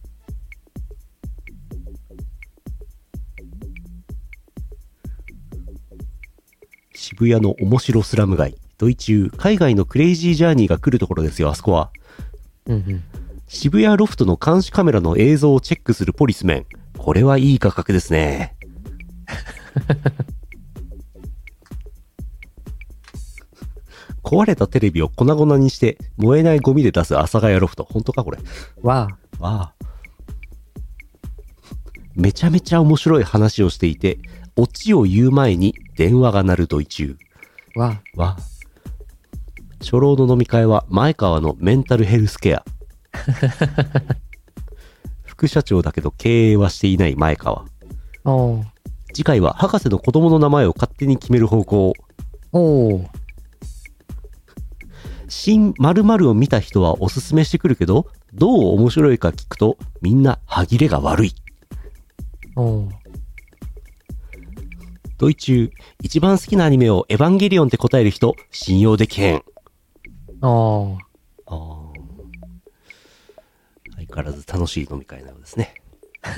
渋谷の面白スラム街。ドイ中、海外のクレイジージャーニーが来るところですよ、あそこは。 うんうん。 渋谷ロフトの監視カメラの映像をチェックするポリスメン。これはいい価格ですね。壊れたテレビを粉々にして燃えないゴミで出す阿佐ヶ谷ロフト。本当かこれ。 わあ。 わあ。めちゃめちゃ面白い話をしていて、オチを言う前に電話が鳴るドイ中。 わあ。わあ。初老の飲み会は前川のメンタルヘルスケア。副社長だけど経営はしていない前川。 おー。 次回は博士の子供の名前を勝手に決める方向。 おー。 新〇〇を見た人はおすすめしてくるけど、どう面白いか聞くとみんな歯切れが悪い。 おー。 ドイ中、一番好きなアニメをエヴァンゲリオンって答える人、信用できへん。 あー。 あー。相変わらず楽しい飲み会なようですね。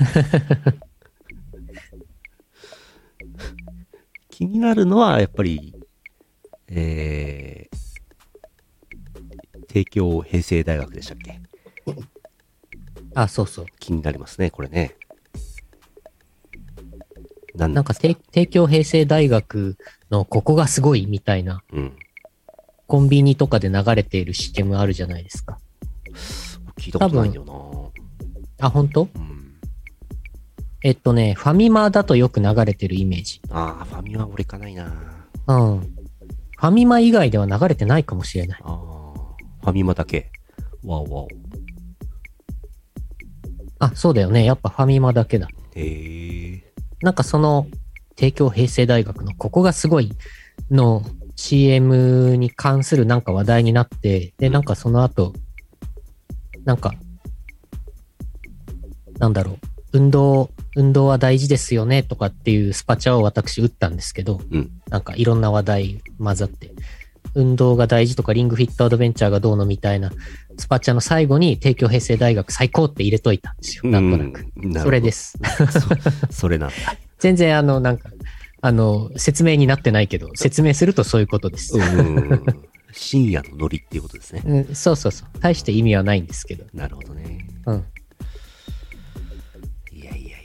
気になるのはやっぱり、えー、帝京平成大学でしたっけ？ あ、そうそう。 気になりますね、これね。 なんなんか帝帝京平成大学のここがすごいみたいな、 うん。 コンビニとかで流れている シーエム あるじゃないですか。 聞いたことないんだよな。 あ、本当？ うん。 えっとね、ファミマだとよく流れてるイメージ。 ああ、ファミマ俺行かないな。 うん。ファミマ以外では流れてないかもしれない。 ああ、ファミマだけ。わおわお。 あ、そうだよね。やっぱファミマだけだ。 へえ。 なんかその、帝京平成大学のここがすごいの シーエム に関するなんか話題になって、で、なんかその後、なんか、なんだろう、運動、運動は大事ですよねとかっていうスパチャを私打ったんですけど、 うん。 なんかいろんな話題混ざって、運動が大事とかリングフィットアドベンチャーがどうのみたいなスパチャの最後に帝京平成大学最高って入れといたんですよ。なんとなく。 うん、なるほどそれです。 そ。それなんだ。 全然あの、なんか、あの、説明になってないけど、説明するとそういうことです。 うん。深夜のノリっていうことですね。 うん、そうそうそう。大して意味はないんですけど。 なるほどね。 うん。 いやいやいやいや。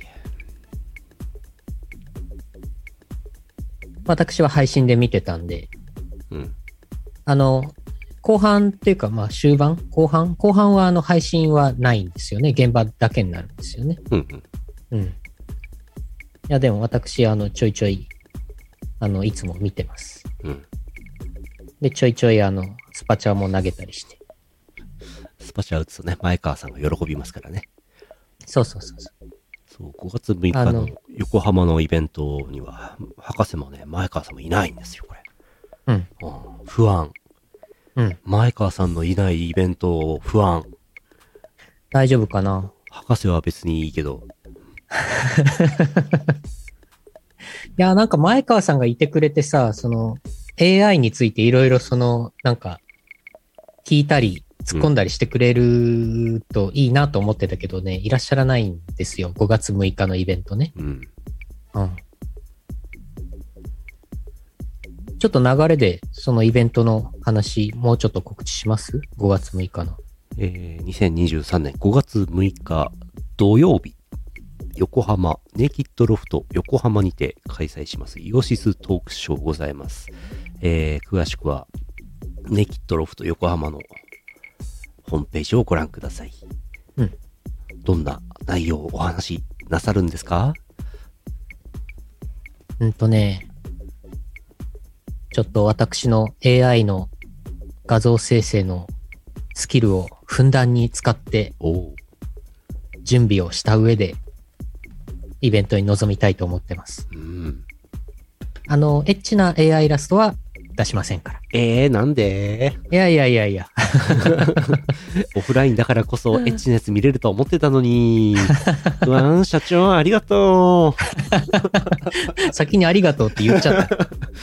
私は配信で見てたんで、 うん。 あの、後半っていうか、まあ終盤後半後半はあの配信はないんですよね。現場だけになるんですよね。 うんうん。 うん。いや、でも私、あの、ちょいちょい、あの、いつも見てます。 うん。 で、ちょいちょい、あの、スパチャも投げたりして。 スパチャ打つとね、前川さんが喜びますからね。 そうそうそうそう。 そう、ごがつむいかのあの横浜のイベントには、博士もね、前川さんもいないんですよ、これ。 うん。 うん、不安。 うん。 前川さんのいないイベント、不安。 大丈夫かな？ 博士は別にいいけど。 いや、なんか前川さんがいてくれてさ、その エーアイ についていろいろその、なんか、聞いたり、突っ込んだりしてくれるといいなと思ってたけどね、いらっしゃらないんですよ。ごがつむいかのイベントね。 うん。 うん。ちょっと流れで、そのイベントの話、もうちょっと告知します？ ご 月むいかの。 えー、にせんにじゅうさんねんごがつむいか土曜日、横浜ネイキッドロフト横浜にて開催しますイオシストークショーございます。えー、詳しくはネイキッドロフト横浜のホームページをご覧ください。 うん。 どんな内容をお話しなさるんですか？ うんとね、ちょっと私の エーアイ の画像生成のスキルをふんだんに使ってお準備をした上でイベントに臨みたいと思ってます。 うん。 あの、エッチな エーアイ イラストは出しませんから。 えー、なんでいやいやいやいや。 オフラインだからこそエッチなやつ見れると思ってたのに。うわん、社長ありがとう。 先にありがとうって言っちゃった。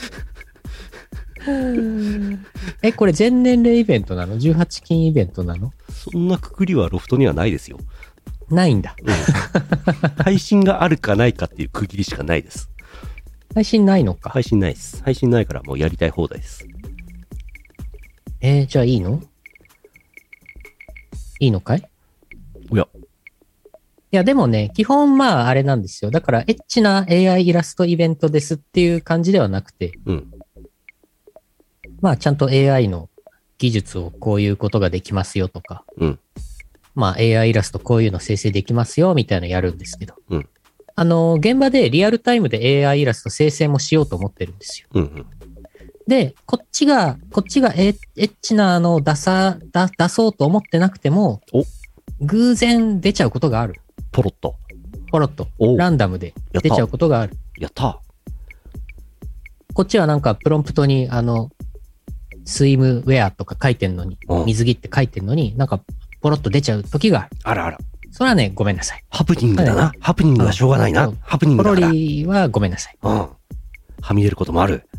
え、これ全年齢イベントなの？ じゅうはち 金イベントなの？ そんなくくりはロフトにはないですよ。 ないんだ。 うん、配信があるかないかっていう区切りしかないです。 配信ないのか。 配信ないです。配信ないからもうやりたい放題です。 えー、じゃあいいの？いいのかい？ おや。 いや、でもね、基本まああれなんですよ。だからエッチな エーアイ イラストイベントですっていう感じではなくて、 うん。 まあちゃんと エーアイ の技術をこういうことができますよとか、 うん。 まあ エーアイ イラストこういうの生成できますよみたいなのやるんですけど、 うん。 あの、現場でリアルタイムで エーアイ イラスト生成もしようと思ってるんですよ。 うんうん。 で、こっちが、こっちがエッチなのを出さ、出、出そうと思ってなくても、 お偶然出ちゃうことがある。 ポロッと。 ポロッと。 おランダムでやった出ちゃうことがある。 やったこっちはなんかプロンプトに、あの、スイムウェアとか書いてんのに、 うん水着って書いてんのに、なんかポロッと出ちゃう時がある。 あらあら。 それはね、ごめんなさい。 ハプニングだな。 はいハプニングはしょうがないな。 うんハプニングポロだから。 リはごめんなさい。 うん。はみ出ることもある。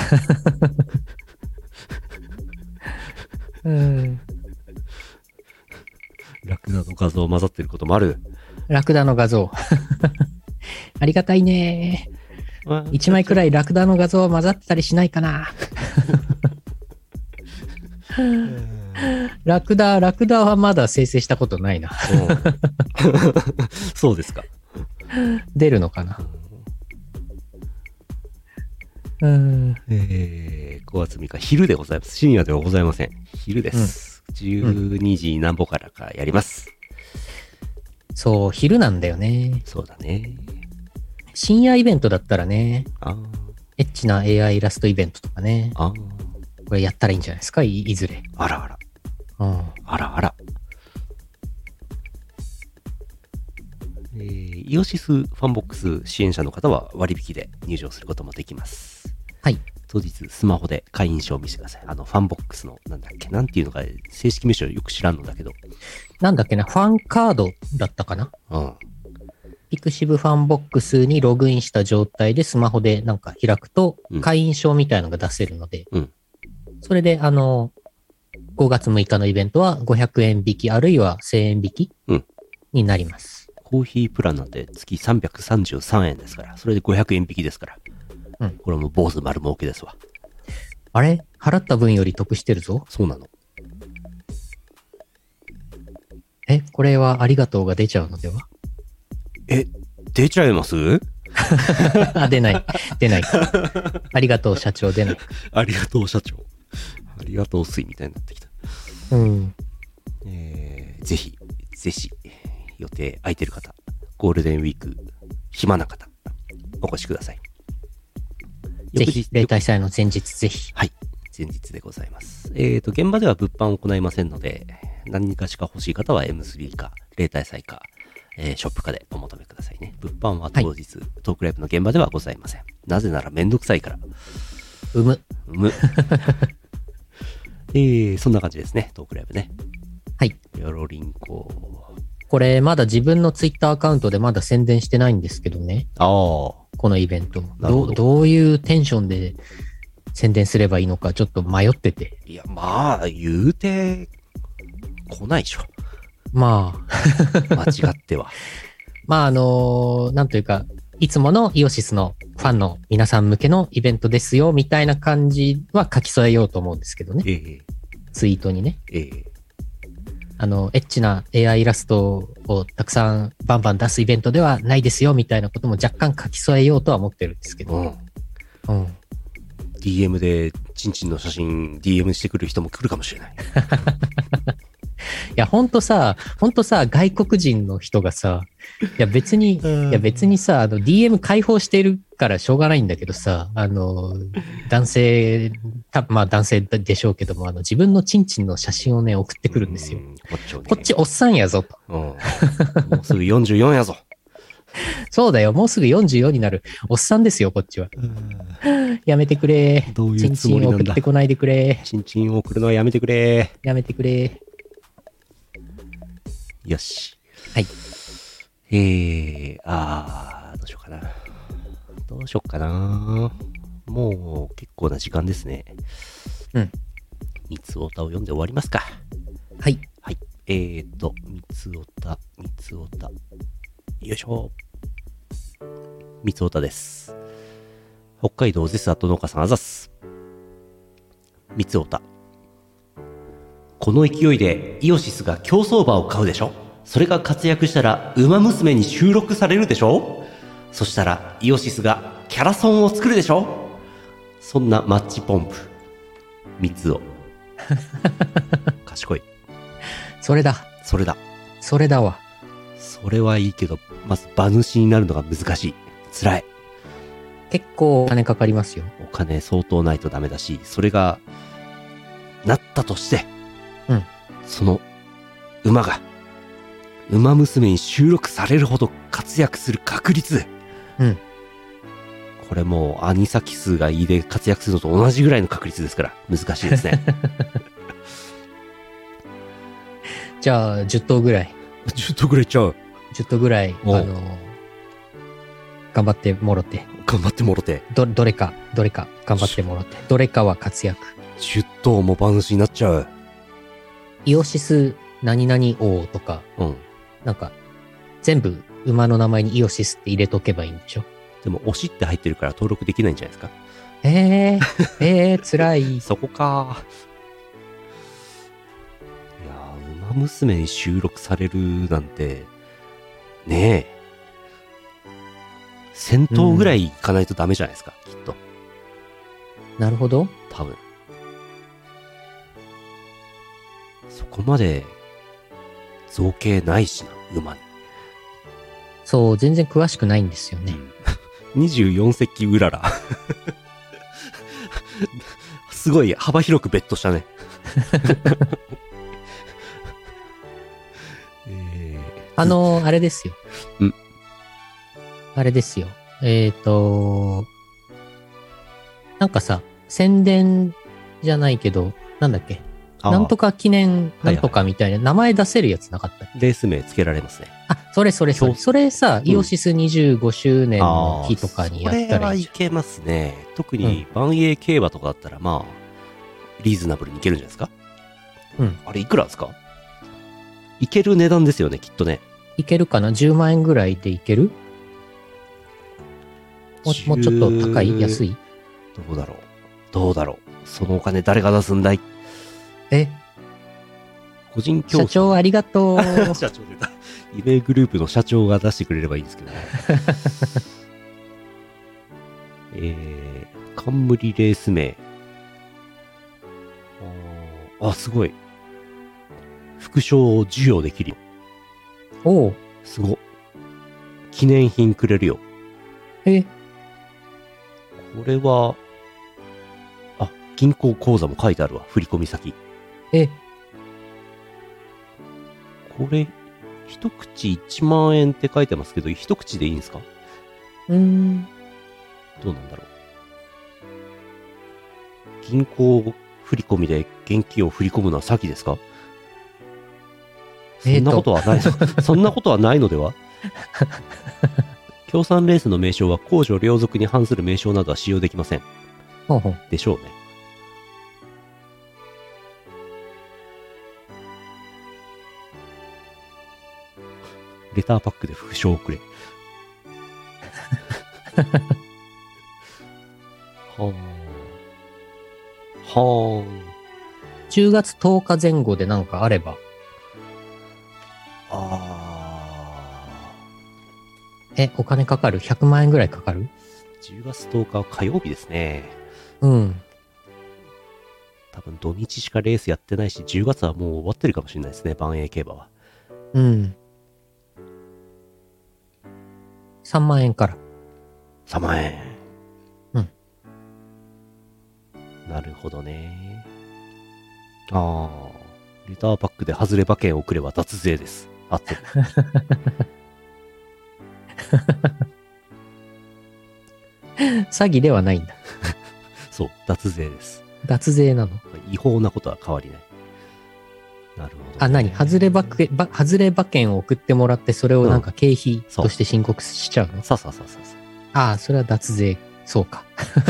うん。 ラクダの画像混ざってることもある。 ラクダの画像。ありがたいね。一枚くらいラクダの画像混ざってたりしないかな。ラクダ、ラクダはまだ生成したことないな。 うんそうですか。 出るのかな。 うん。 えー、ごがつみっか、昼でございます。深夜ではございません。昼です。うん、じゅうにじなんぼからかやります。 そう、昼なんだよね。 そうだね。 深夜イベントだったらね、 あエッチな エーアイ イラストイベントとかね。 あこれやったらいいんじゃないですか、い, いずれ。 あらあら。 うん、 あらあら。えー、イオシスファンボックス支援者の方は割引で入場することもできます。 はい。 当日スマホで会員証を見せてください。あのファンボックスのなんだっけ、なんていうのか正式名称よく知らんのだけど。 なんだっけな、ファンカードだったかな。 うん。 ピクシブファンボックスにログインした状態でスマホでなんか開くと会員証みたいのが出せるので、 うん、 それであのごがつむいかのイベントはごひゃくえん引きあるいはせんえん引きになります。 コーヒープランなんて月さんびゃくさんじゅうさんえんですから、それでごひゃくえん引きですから。うん。これはもう坊主丸儲けですわ。 あれ払った分より得してるぞ。 そうなの。 え、これはありがとうが出ちゃうのでは？ え、出ちゃいますあ、出ない。出ない。ありがとう社長出ない。 ありがとう社長。ありがとう水みたいになってきた。 うん。 えー、ぜひ、ぜひ。予定空いてる方、ゴールデンウィーク暇な方お越しください。 ぜひ例大祭の前日ぜひ。 はい、前日でございます。えーと現場では物販を行いませんので、何かしか欲しい方は エムスリー か例大祭か、えー、ショップかでお求めくださいね。物販は当日、はい、トークライブの現場ではございません。なぜならめんどくさいから。 うむ。 うむ。えー、そんな感じですね。トークライブね。 はい。 よろりんこ。 これまだ自分のツイッターアカウントでまだ宣伝してないんですけどね。 ああ。 このイベントど。どういうテンションで宣伝すればいいのかちょっと迷ってて。 いや、まあ、言うて、来ないでしょ。 まあ。間違っては。 まあ、あのー、なんというか、いつものイオシスのファンの皆さん向けのイベントですよ、みたいな感じは書き添えようと思うんですけどね。 ええ。 ツイートにね。 ええ。 あの、エッチな エーアイ イラストをたくさんバンバン出すイベントではないですよみたいなことも若干書き添えようとは思ってるんですけど。うん。うん。 ディーエム でチンチンの写真 ディーエム してくる人も来るかもしれない。 いや、ほんとさ、ほんとさ、外国人の人がさ、いや別に、いや別にさ、あの ディーエム 開放してるからしょうがないんだけどさ、あの、男性、たまあ男性でしょうけども、あの自分のチンチンの写真をね、送ってくるんですよ。 こっち、ね、 こっちおっさんやぞと。 うん。もうすぐよんじゅうよんやぞ。 そうだよ、もうすぐよんじゅうよんになる。おっさんですよ、こっちは。やめてくれ。 どういうつもりなんだ。 チンチン送ってこないでくれ。 チンチン送るのはやめてくれ。 やめてくれ。 よし。 はい。 えー、あー、どうしようかな。どうしよっかな。もう結構な時間ですね。 うん。 三つおたを読んで終わりますか。 はい。 はい。えーと、三つおた、三つおた。よいしょ。三つおたです。北海道ゼスアット農家さんあざっす。三つおた。この勢いでイオシスが競走馬を買うでしょ。それが活躍したら馬娘に収録されるでしょ。そしたらイオシスがキャラソンを作るでしょ。そんなマッチポンプ三つお。賢い。 それだ。 それだ。 それだわ。 それはいいけど、まず馬主になるのが難しい。辛い。 結構お金かかりますよ。 お金相当ないとダメだし、それがなったとして、 うん、 その馬が馬娘に収録されるほど活躍する確率、 うん、 これもうアニサキスがいいで活躍するのと同じぐらいの確率ですから難しいですね。 じゃあじゅっ頭ぐらいじゅっ頭ぐらいいっちゃう。 じゅっ頭ぐらいあの頑張ってもろて頑張ってもろてどどれかどれか頑張ってもろてどれかは活躍。 じゅっ頭も馬主になっちゃう。 イオシス何々王とか、 うん、 なんか全部馬の名前にイオシスって入れとけばいいんでしょ。 でも推しって入ってるから登録できないんじゃないですか。 えー、えー、辛い。 そこか。いやー、馬娘に収録されるなんてねえ、せん頭ぐらいいかないとダメじゃないですか、うん、きっと。 なるほど。 多分。そこまで造形ないしな、馬に。 そう、全然詳しくないんですよね。 うん、にじゅうよん節うらら。すごい幅広くベットしたね。えー、 あのー、あれですよ。 んあれですよ。えっ、ー、と、なんかさ、宣伝じゃないけど、なんだっけ。なんとか記念なんとかみたいな名前出せるやつなかった、はいはい、 レース名つけられますね。 あ、それそれそれ。それさ、イオシスにじゅうごしゅうねんの日とかにやったらいいじゃん。 それはいけますね。特に万栄競馬とかだったらまあ、リーズナブルにいけるんじゃないですか。 うん。 あれいくらですか？いける値段ですよね、きっとね。 いけるかな ?じゅうまん円ぐらいでいける？もう、もうちょっと高い？安い？ どうだろうどうだろうそのお金誰が出すんだい？ え個人競争。 社長ありがとう。 社長出た。夢グループの社長が出してくれればいいんですけどね。えー、冠レース名。ああ、すごい。副賞を授与できるよ。 おう。 すご。記念品くれるよ。 えこれは、あ、銀行口座も書いてあるわ。振込先。 えこれ、一口いちまん円って書いてますけど、一口でいいんですか？ うーん。 どうなんだろう。銀行振り込みで現金を振り込むのは詐欺ですか？そんなことはないの、そんなことはないのでは？協賛レースの名称は公序良俗に反する名称などは使用できません。 ほうほう。 でしょうね。レターパックで副賞をくれ。はあ。はあ。 じゅうがつとおか前後でなんかあれば。 あー。え、お金かかる？ ひゃくまん円ぐらいかかる？ じゅうがつとおかは火曜日ですね。 うん。 多分土日しかレースやってないし、じゅうがつはもう終わってるかもしれないですね、万栄競馬は。 うん。さんまん円から。 さんまん円。 うん。 なるほどね。ああ。レターパックで外れ馬券を送れば脱税です。あってる。 詐欺ではないんだ。 そう、脱税です。 脱税なの？ 違法なことは変わりない。なるほど、ね。 あ、何？外れ馬券、外れ馬券を送ってもらって、それをなんか経費として申告しちゃうの？ そうそうそうそうそう。 ああ、それは脱税。そうか。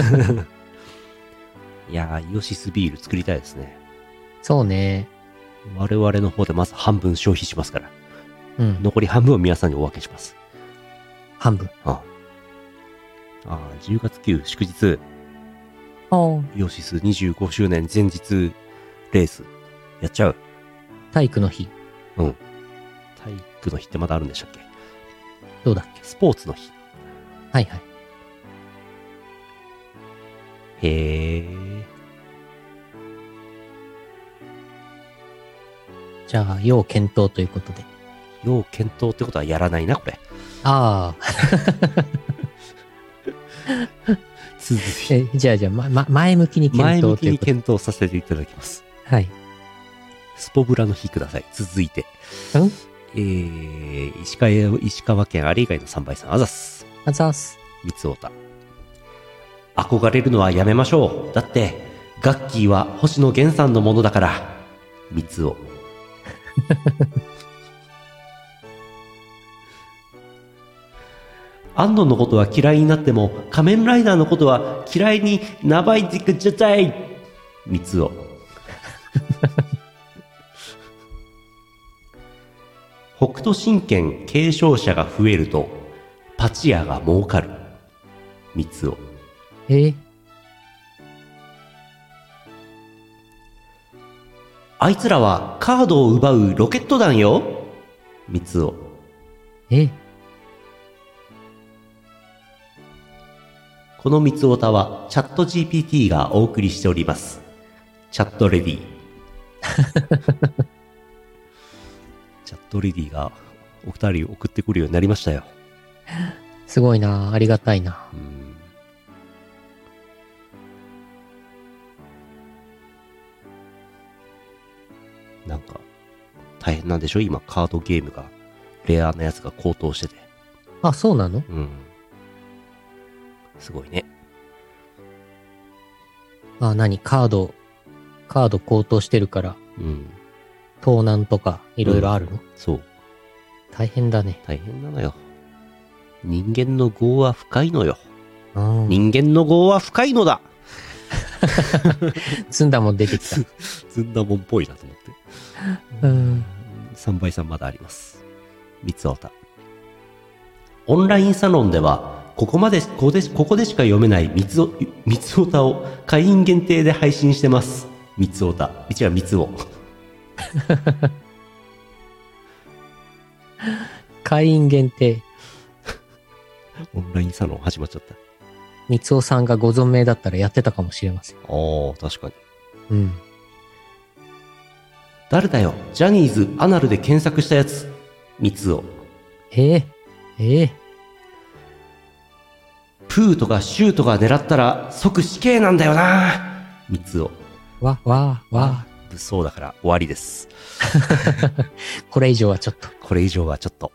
いやー、イオシスビール作りたいですね。 そうね。 我々の方でまず半分消費しますから。 うん。 残り半分を皆さんにお分けします。 半分。 ああ。ああ、じゅうがつく日祝日。 ああ。 イオシスにじゅうごしゅうねん前日レース。やっちゃう。 体育の日。 うん。体育の日ってまだあるんでしたっけ？ どうだっけ？ スポーツの日。 はいはい。 へえ。 じゃあ、要検討ということで。 要検討ってことはやらないな、これ。 ああ。 続いて。じゃあ、じゃあ、ま、ま、前向きに検討ということで。 前向きに検討させていただきます。 はい。 スポブラの日ください。続いて。 んえー、石川、石川県有以外のさんばいさん、あざす。 あざす。 三つおた。憧れるのはやめましょう。だって、ガッキーは星野源さんのものだから。三つお。安野のことは嫌いになっても、仮面ライダーのことは嫌いになばいてくっちゃったい。三つお。北斗神拳継承者が増えると、パチ屋が儲かる。三つお。 えー、 あいつらはカードを奪うロケット弾よ。三つお。 えこの三つおたはチャット ジーピーティー がお送りしております。チャットレディチャットレディがお二人送ってくるようになりましたよ。 すごいな、ありがたいな。 うん、なんか大変なんでしょ今、カードゲームがレアなやつが高騰してて。 あ、そうなの？ うん。すごいね。 あ、何カード、カード高騰してるから、 うん。 盗難とかいろいろあるの、うん、 そう。 大変だね。 大変なのよ。人間の業は深いのよ。 うん、 人間の業は深いのだずんだもん出てきた。 ずんだもんっぽいなと思って。 うん。 さんばいさんまだあります。三つおた。オンラインサロンでは、ここまで、ここで、ここでしか読めない三つお、三つおたを会員限定で配信してます。三つおた。違う、三つお。 会員限定。 オンラインサロン始まっちゃった。 三つおさんがご存命だったらやってたかもしれません。 ああ、確かに。 うん。 誰だよ、ジャニーズアナルで検索したやつ。三つお。 ええええプーとかシューとか狙ったら即死刑なんだよな。三つお。 わ、わ、わ。 物騒だから終わりです。 これ以上はちょっと。 これ以上はちょっと。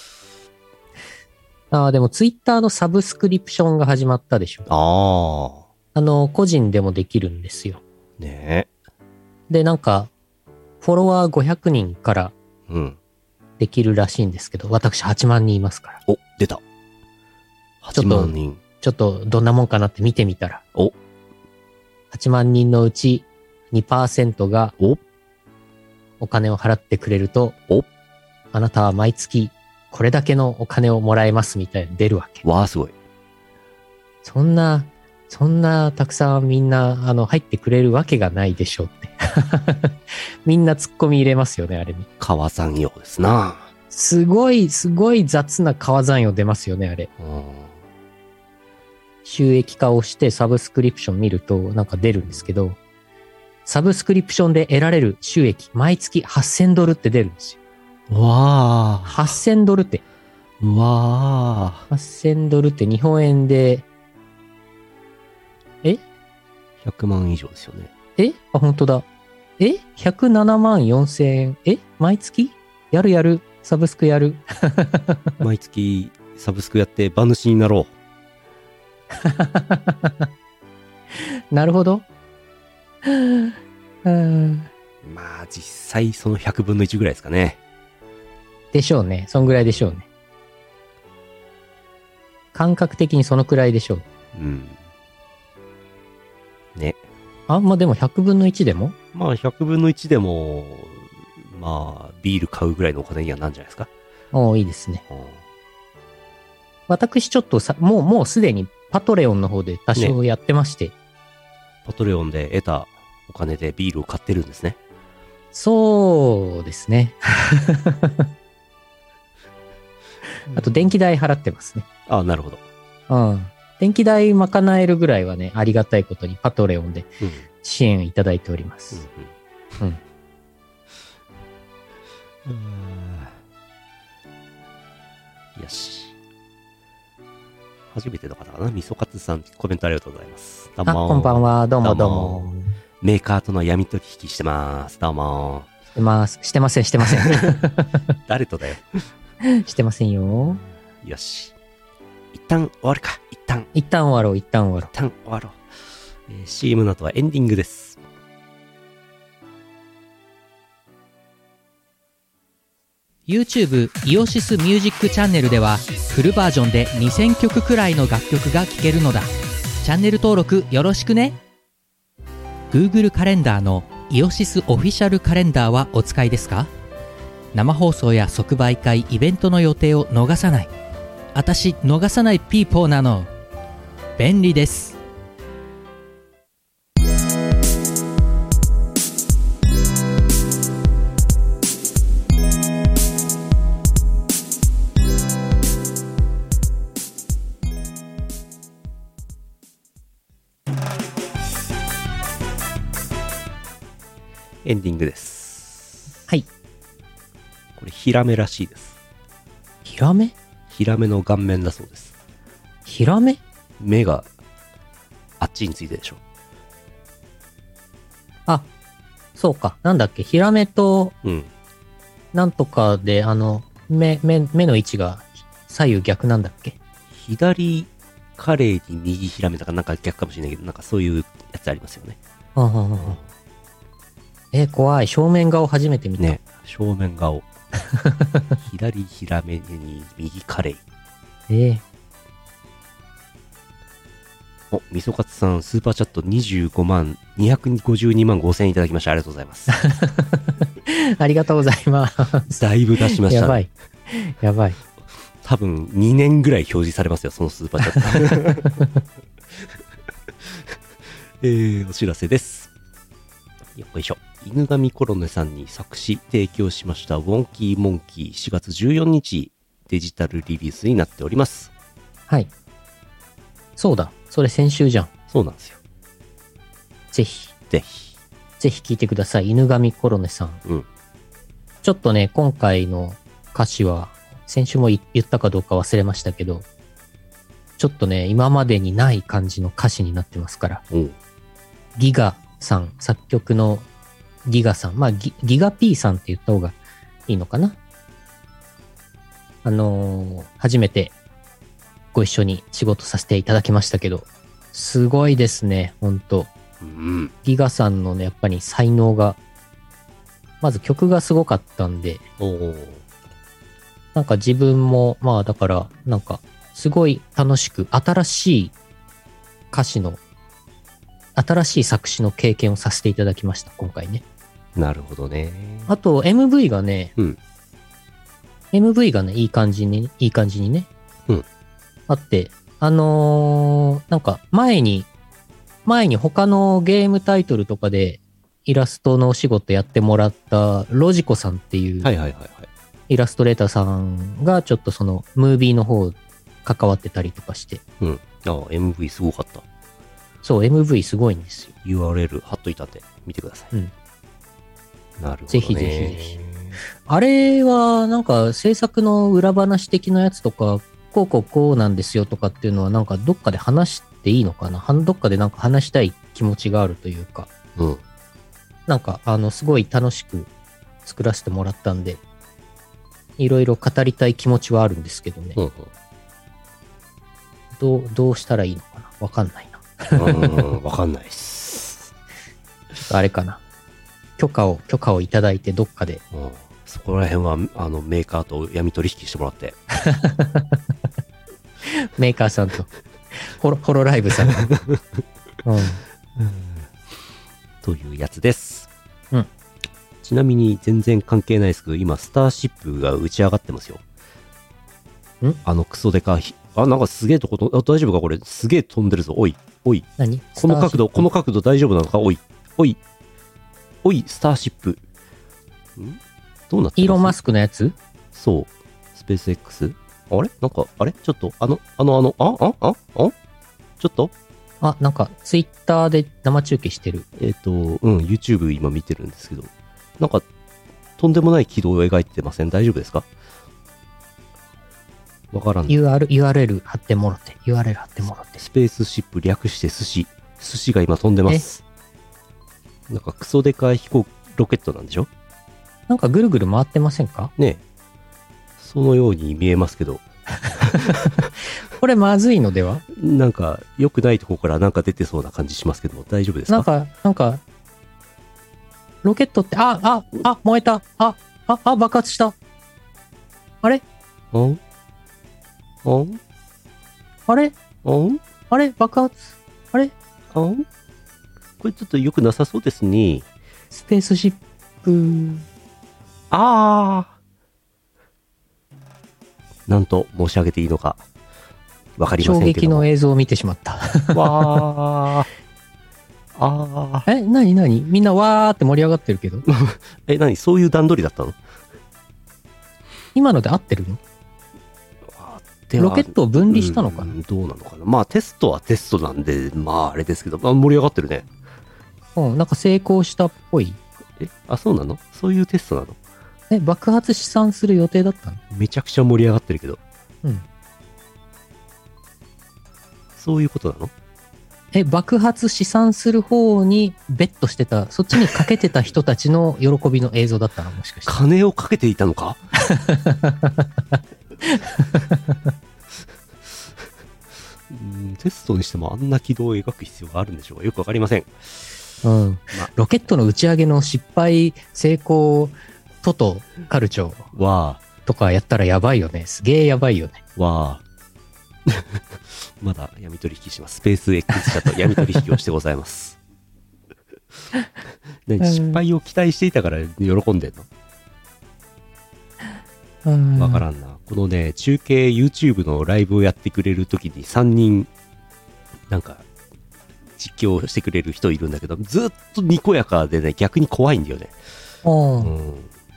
ああ、でもツイッターのサブスクリプションが始まったでしょ。 ああ。 あの、個人でもできるんですよ。 ねえ。 で、なんか、フォロワーごひゃくにんからうん。 できるらしいんですけど、私はちまんにんいますから。 お、出た。はちまんにん。 ちょっとどんなもんかなって見てみたら。 お。 はちまんにんのうち にパーセント がお。 お金を払ってくれると、 お。 あなたは毎月これだけのお金をもらえますみたいに出るわけ。 わあ、すごい。 そんな、そんなたくさんみんな、あの、入ってくれるわけがないでしょうって。みんな突っ込み入れますよね、あれに。 川山用ですな。 すごい、すごい雑な川山用出ますよね、あれ。 うん。 収益化をしてサブスクリプション見るとなんか出るんですけど、サブスクリプションで得られる収益、毎月はっせんドルって出るんですよ。 わあ。 はっせんドルって。 うわあ。 はっせんドルって日本円で、え ?ひゃくまん以上ですよね。 えあ、本当だ。え ?ひゃくななまんよんせんえん。え毎月やるやる。サブスクやる。 毎月サブスクやって馬主になろう。なるほど。うん、 まあ実際そのひゃくぶんのいちぐらいですかね。 でしょうね。そんぐらいでしょうね。感覚的にそのくらいでしょう。 うん。ね。 あ、まあでもひゃくぶんのいちでもまあひゃくぶんのいちでも、まあビール買うぐらいのお金にはなんじゃないですか。 おー、いいですね。 うん、 私ちょっとさ、もう、もうすでにパトレオンの方で多少やってまして、ね。 パトレオンで得たお金でビールを買ってるんですね。 そうですね。あと電気代払ってますね。 ああ、なるほど。 うん。電気代賄えるぐらいはね、ありがたいことにパトレオンで支援いただいております。うん、うん。 うん、よし。初めての方かな、みそかつさん、コメントありがとうございます。どうも。 あ、こんばんは。どうもどうも。 どうもメーカーとの闇取引してます。どうも。 してます。してません、してません。 誰とだよ。 してませんよ。 よし。一旦終わるか。一旦。 一旦終わろう、一旦終わろう。 一旦終わろう。えー、シーエム の後はエンディングです。 YouTube イオシスミュージックチャンネルではフルバージョンでにせんきょくくらいの楽曲が聴けるのだ。チャンネル登録よろしくね。 Google カレンダーのイオシスオフィシャルカレンダーはお使いですか？生放送や即売会、イベントの予定を逃さない。あたし逃さないピーポーなの。便利です。 エンディングです。 はい。 これヒラメらしいです。 ヒラメ？ ヒラメの顔面だそうです。 ヒラメ？ 目があっちについてるでしょ。 あ、そうか。なんだっけ。ヒラメと、 うん。 なんとかで、あの、目、目、目の位置が左右逆なんだっけ。 左カレーに右ヒラメだからなんか逆かもしれないけど、なんかそういうやつありますよね。 うんうんうん。えー、怖い。正面顔初めて見た。 ね、正面顔。左ヒラメに右カレー。 ええお、みそかつさん、スーパーチャットにじゅうごまん、にひゃくごじゅうにまんごせんいただきました。ありがとうございます。 ありがとうございます。 だいぶ出しました、ね。 やばい。やばい。 多分にねんぐらい表示されますよ、そのスーパーチャット。えー、お知らせです。よいしょ。犬神コロネさんに作詞提供しましたウォンキーモンキーしがつじゅうよっかデジタルリリースになっております。 はい。そうだ。それ先週じゃん。 そうなんですよ。 ぜひ。 ぜひ。 ぜひ聴いてください。犬神コロネさん。 うん。 ちょっとね、今回の歌詞は、先週も言ったかどうか忘れましたけど、ちょっとね、今までにない感じの歌詞になってますから。 おう。 ギガさん、作曲のギガさん。まあギ、ギガ P さんって言った方がいいのかな。あのー、初めてご一緒に仕事させていただきましたけど、すごいですね、ほんと。 うん。 ギガさんのね、やっぱり才能が、まず曲がすごかったんで、 おう。 なんか自分も、まあだから、なんか、すごい楽しく、新しい歌詞の、新しい作詞の経験をさせていただきました、今回ね。 なるほどね。 あと、エムブイ がね、 うん。 エムブイ がね、いい感じに、いい感じにね、 うん。 あって、あのー、なんか、前に、前に他のゲームタイトルとかで、イラストのお仕事やってもらったロジコさんっていう、 はいはいはいはい。 イラストレーターさんがちょっとそのムービーの方関わってたりとかして。 うん。ああ、エムブイ すごかった。 そう、エムブイ すごいんですよ。 ユーアールエル 貼っといたんで、見てください。 うん。 なるほどね。 ぜひぜひぜひ。あれは、なんか制作の裏話的なやつとか、こうこうこうなんですよとかっていうのは、なんかどっかで話していいのかな？どっかでなんか話したい気持ちがあるというか。 うん。 なんか、あの、すごい楽しく作らせてもらったんで、いろいろ語りたい気持ちはあるんですけどね。 うんうん、 どう、どうしたらいいのかな？わかんないな。 うん、わかんないっす。 ちょっとあれかな。許可を、許可をいただいてどっかで。 うん、そこら辺は、あの、メーカーと闇取引してもらって。 メーカーさんと、ホロ、ホロライブさんと。うん。 というやつです。 うん。 ちなみに全然関係ないですけど、今、スターシップが打ち上がってますよ。 ん？ あのクソデカ、あ、なんかすげえとこと、あ、大丈夫かこれ、すげえ飛んでるぞ。おい、おい。 何？ この角度、この角度大丈夫なのかおい、おい、おい、スターシップ。んどうなってます？ イーロン・マスクのやつ？ そう。スペース X？ あれなんか、あれちょっと、あの、あの、あの、あ、あ、あ、あちょっとあ、なんか、ツイッターで生中継してる。 えっと、うん、YouTube 今見てるんですけど、なんか、とんでもない軌道を描いてません？大丈夫ですか？わからん。 ユーアール、ユーアールエル 貼ってもろて。ユーアールエル 貼ってもろて。 スペースシップ略して寿司。寿司が今飛んでます。なんかクソデカ飛行ロケットなんでしょ？ なんかぐるぐる回ってませんか？ ねえ。そのように見えますけど。 これまずいのでは？ なんか、良くないところからなんか出てそうな感じしますけども、大丈夫ですか？ なんか、なんか、ロケットって、あ、あ、あ、燃えた。あ、あ、あ、爆発した。あれあんあんあれあんあれ爆発あれあんこれちょっと良くなさそうですね。 スペースシップ。 ああ。なんと申し上げていいのかわかりませんけども。 衝撃の映像を見てしまった。 わー。あー。 え、なになにみんなわーって盛り上がってるけど。 え、なにそういう段取りだったの？ 今ので合ってるの？ロケットを分離したのかな？ どうなのかな。まあテストはテストなんで、まああれですけど、まあ、盛り上がってるね。 うん、なんか成功したっぽい。 え、あ、そうなの？そういうテストなの？ え、爆発試算する予定だったの？ めちゃくちゃ盛り上がってるけど。 うん。 そういうことなの？ え、爆発試算する方にベットしてた、そっちにかけてた人たちの喜びの映像だったの？もしかして。 金をかけていたのか？うんテストにしてもあんな軌道を描く必要があるんでしょうか？よくわかりません。 うん。 まロケットの打ち上げの失敗、成功、トト、カルチョわとかやったらやばいよね。すげえやばいよね。 あ、わあ。まだ闇取引します。スペース X 社と闇取引をしてございます。ね、失敗を期待していたから喜んでんの？わからんな。このね、中継 YouTube のライブをやってくれるときにさんにん、なんか、実況してくれる人いるんだけど、ずっとにこやかでね、逆に怖いんだよね。 う。 うんん。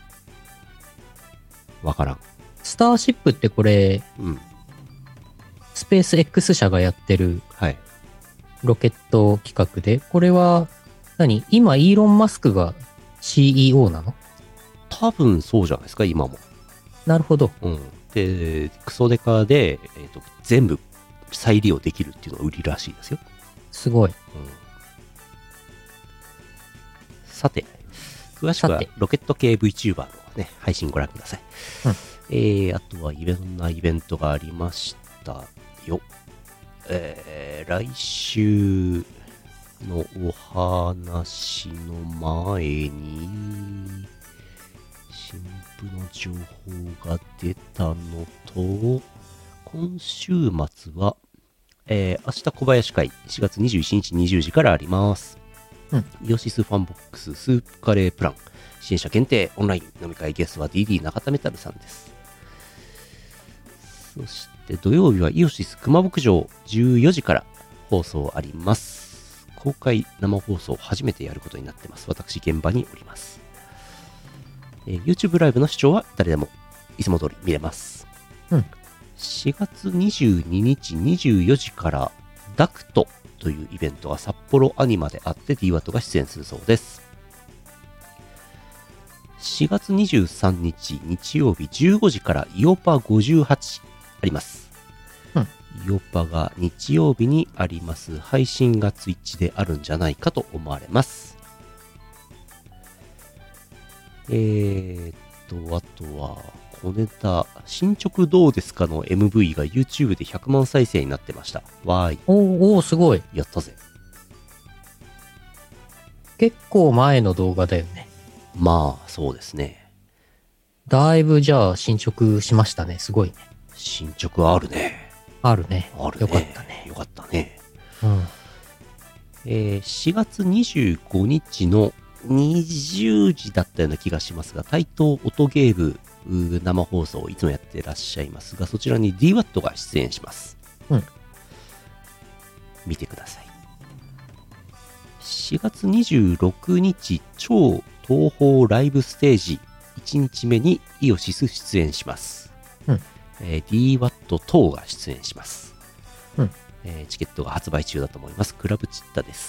わからん。 スターシップってこれ、 うん。 スペース X 社がやってるはい。 ロケット企画で、これは何、今イーロン・マスクが シーイーオー なの？ 多分そうじゃないですか、今も。 なるほど。 うん。で、クソデカで、えっと、全部再利用できるっていうのが売りらしいですよ。 すごい。 うん、さて、詳しくはさてロケット系 VTuber の、ね、配信ご覧ください。 うんえー、あとはいろんなイベントがありましたよ。えー、来週のお話の前に、新婦の情報が出たのと、今週末は、えー、明日小林会しがつにじゅういちにちにじゅうじからあります。 うん。 イオシスファンボックススープカレープラン支援者限定オンライン飲み会ゲストは ディーディー 中田メタルさんです。そして土曜日はイオシス熊牧場じゅうよじから放送あります。公開生放送初めてやることになってます。私現場におります。えー、YouTube ライブの視聴は誰でもいつも通り見れます。 うん。 しがつにじゅうににちにじゅうよじからダクトというイベントが札幌アニマであって ディーワット が出演するそうです。しがつにじゅうさんにち日曜日じゅうごじからイオパごじゅうはちあります。 うん。 イオパが日曜日にあります。配信がツイッチであるんじゃないかと思われます。えーっと、あとは、小ネタ、進捗どうですかの エムブイ が YouTube でひゃくまん再生になってました。わーい。 おーおー、すごい。 やったぜ。 結構前の動画だよね。 まあ、そうですね。 だいぶじゃあ進捗しましたね。すごいね。 進捗あるね。 あるね。 あるね。 よかったね。 よかったね。 うん。 えー、しがつにじゅうごにちのにじゅうじだったような気がしますが、台東音ゲーム生放送をいつもやってらっしゃいますが、そちらに ディーワット が出演します。 うん。 見てください。しがつにじゅうろくにち、超東宝ライブステージいちにちめにイオシス出演します。 うん。 えー、ディーワット 等が出演します。 うん。 えー、チケットが発売中だと思います。クラブチッタです。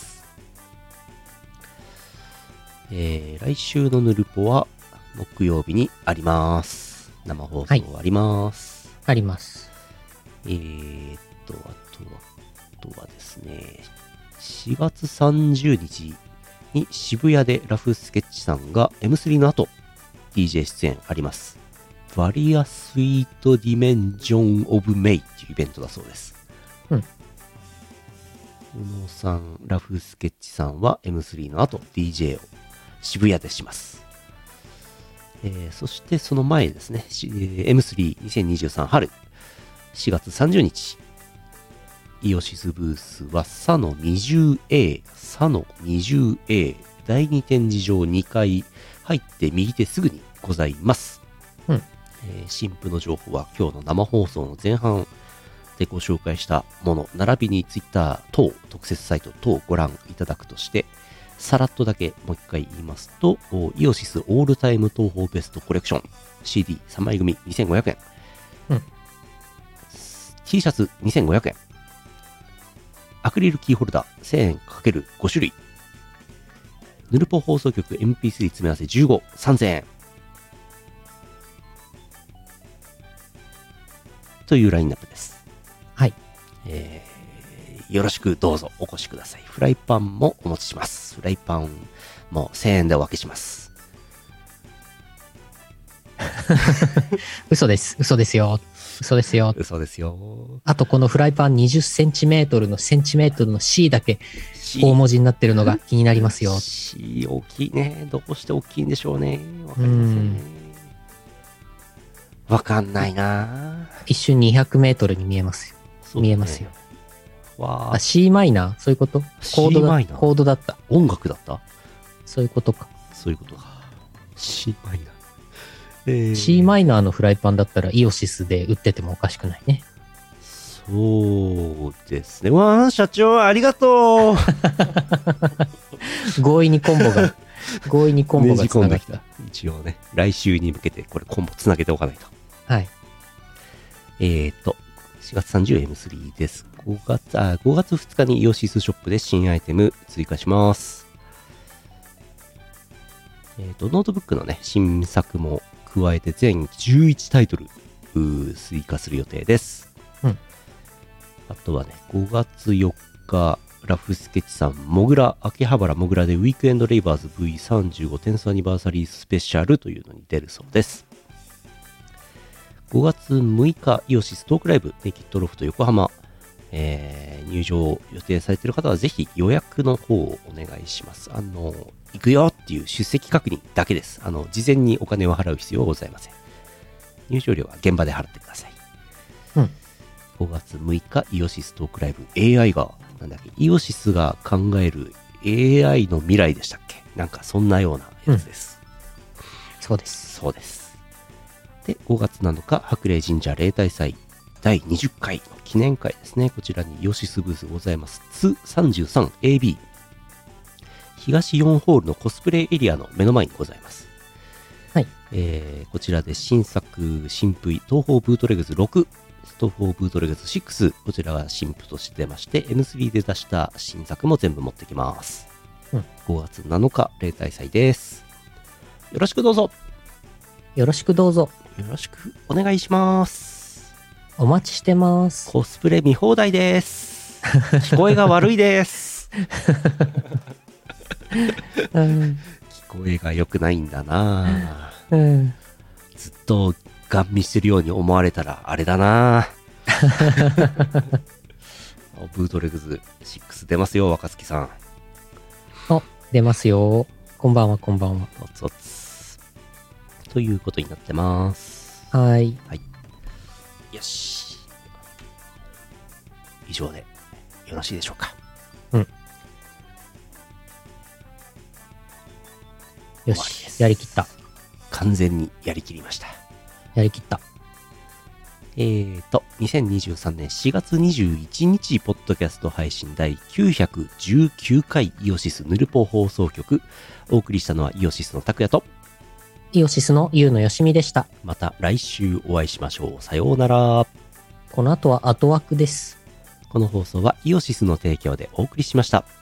えー、来週のヌルポは木曜日にあります。生放送あります。 あります。 えーっと、あとは、あとはですね、しがつさんじゅうにちに渋谷でラフスケッチさんが エムスリー の後、ディージェー 出演あります。バリアスイートディメンジョンオブメイっていうイベントだそうです。 うん。 宇野さん、ラフスケッチさんは エムスリー の後、ディージェー を渋谷でします。えー、そしてその前ですね、エムスリーにせんにじゅうさん 春、しがつさんじゅうにち、イオシスブースはサノ にじゅうエー、サノ にじゅうエー、だいに展示場にかい入って右手すぐにございます。 うん。 えー、新婦の情報は今日の生放送の前半でご紹介したもの、並びにツイッター等、特設サイト等をご覧いただくとして、さらっとだけもう一回言いますと、イオシスオールタイム東宝ベストコレクション シーディーさん 枚組にせんごひゃくえん、 うん、 T シャツにせんごひゃくえん、アクリルキーホルダーせんえんかけるごしゅるい、 ヌルポ放送局 エムピースリー 詰め合わせじゅうご、さんぜんえん。というラインナップです。 はい。 えー、よろしくどうぞお越しください。フライパンもお持ちします。フライパンもせんえんでお分けします。 嘘です。嘘ですよ。嘘ですよ。 嘘ですよ。 あとこのフライパンにじゅっセンチメートルのセンチメートルの C だけ大文字になってるのが気になりますよ。 C 大きいね。どうして大きいんでしょうね。わかりませんね。わかんないな。 一瞬にひゃくメートルに見えますよ。見えますよ。 わあ、C マイナーそういうことコードだ C マイナーコードだった。 音楽だった？ そういうことか。 そういうことか。C マイナー。えー、 C マイナーのフライパンだったらイオシスで売っててもおかしくないね。 そうですね。わあ、社長ありがとう。 強引にコンボが強引にコンボがつながった。 一応ね、来週に向けてこれコンボつなげておかないと。 はい。 えーと、しがつさんじゅうエムスリー です。ごがつ、あ、ごがつふつかにイオシスショップで新アイテム追加します。えーと、ノートブックのね、新作も加えて全じゅういちタイトル追加する予定です。 うん。 あとはね、ごがつよっか、ラフスケッチさん、モグラ、秋葉原モグラでウィークエンドレイバーズ ブイさんじゅうご テンスアニバーサリースペシャルというのに出るそうです。ごがつむいか、イオシストークライブ、ネキッドロフト横浜、えー、入場予定されている方はぜひ予約の方をお願いします。あの、行くよっていう出席確認だけです。あの、事前にお金を払う必要はございません。入場料は現場で払ってください。 うん。 ごがつむいか、イオシストークライブ、エーアイ が、なんだっけ、イオシスが考える エーアイ の未来でしたっけ？なんかそんなようなやつです。 うん、そうです。 そうです。で、ごがつなのか、白麗神社例大祭だいにじゅっかいの記念会ですね。こちらにイオシスブースございます。ツさんじゅうさんエービー。東よんホールのコスプレエリアの目の前にございます。 はい。 えー、こちらで新作、新譜、東方ブートレグズろく、東方ブートレグズろく、こちらが新譜として出まして、エムスリー で出した新作も全部持ってきます。 うん、 ごがつなのか、例大祭です。よろしくどうぞ。 よろしくどうぞ。 よろしくお願いします。 お待ちしてます。 コスプレ見放題です。聞こえが悪いです。 うん、 聞こえが良くないんだな、 うん、 ずっとガン見してるように思われたらあれだなブートレグズろく出ますよ、若月さん。 あ、出ますよ。こんばんは、こんばんは。 おつおつということになってます。 はい。 はい。よし。以上でよろしいでしょうか。 うん。よし、やりきった。 完全にやりきりました。 やりきった。 えーと、にせんにじゅうさんねんしがつにじゅういちにち、ポッドキャスト配信だいきゅうひゃくじゅうきゅうかいイオシスヌルポ放送局。お送りしたのはイオシスの拓也と、 イオシスのユウのよしみでした。 また来週お会いしましょう。さようなら。 この後は後枠です。 この放送はイオシスの提供でお送りしました。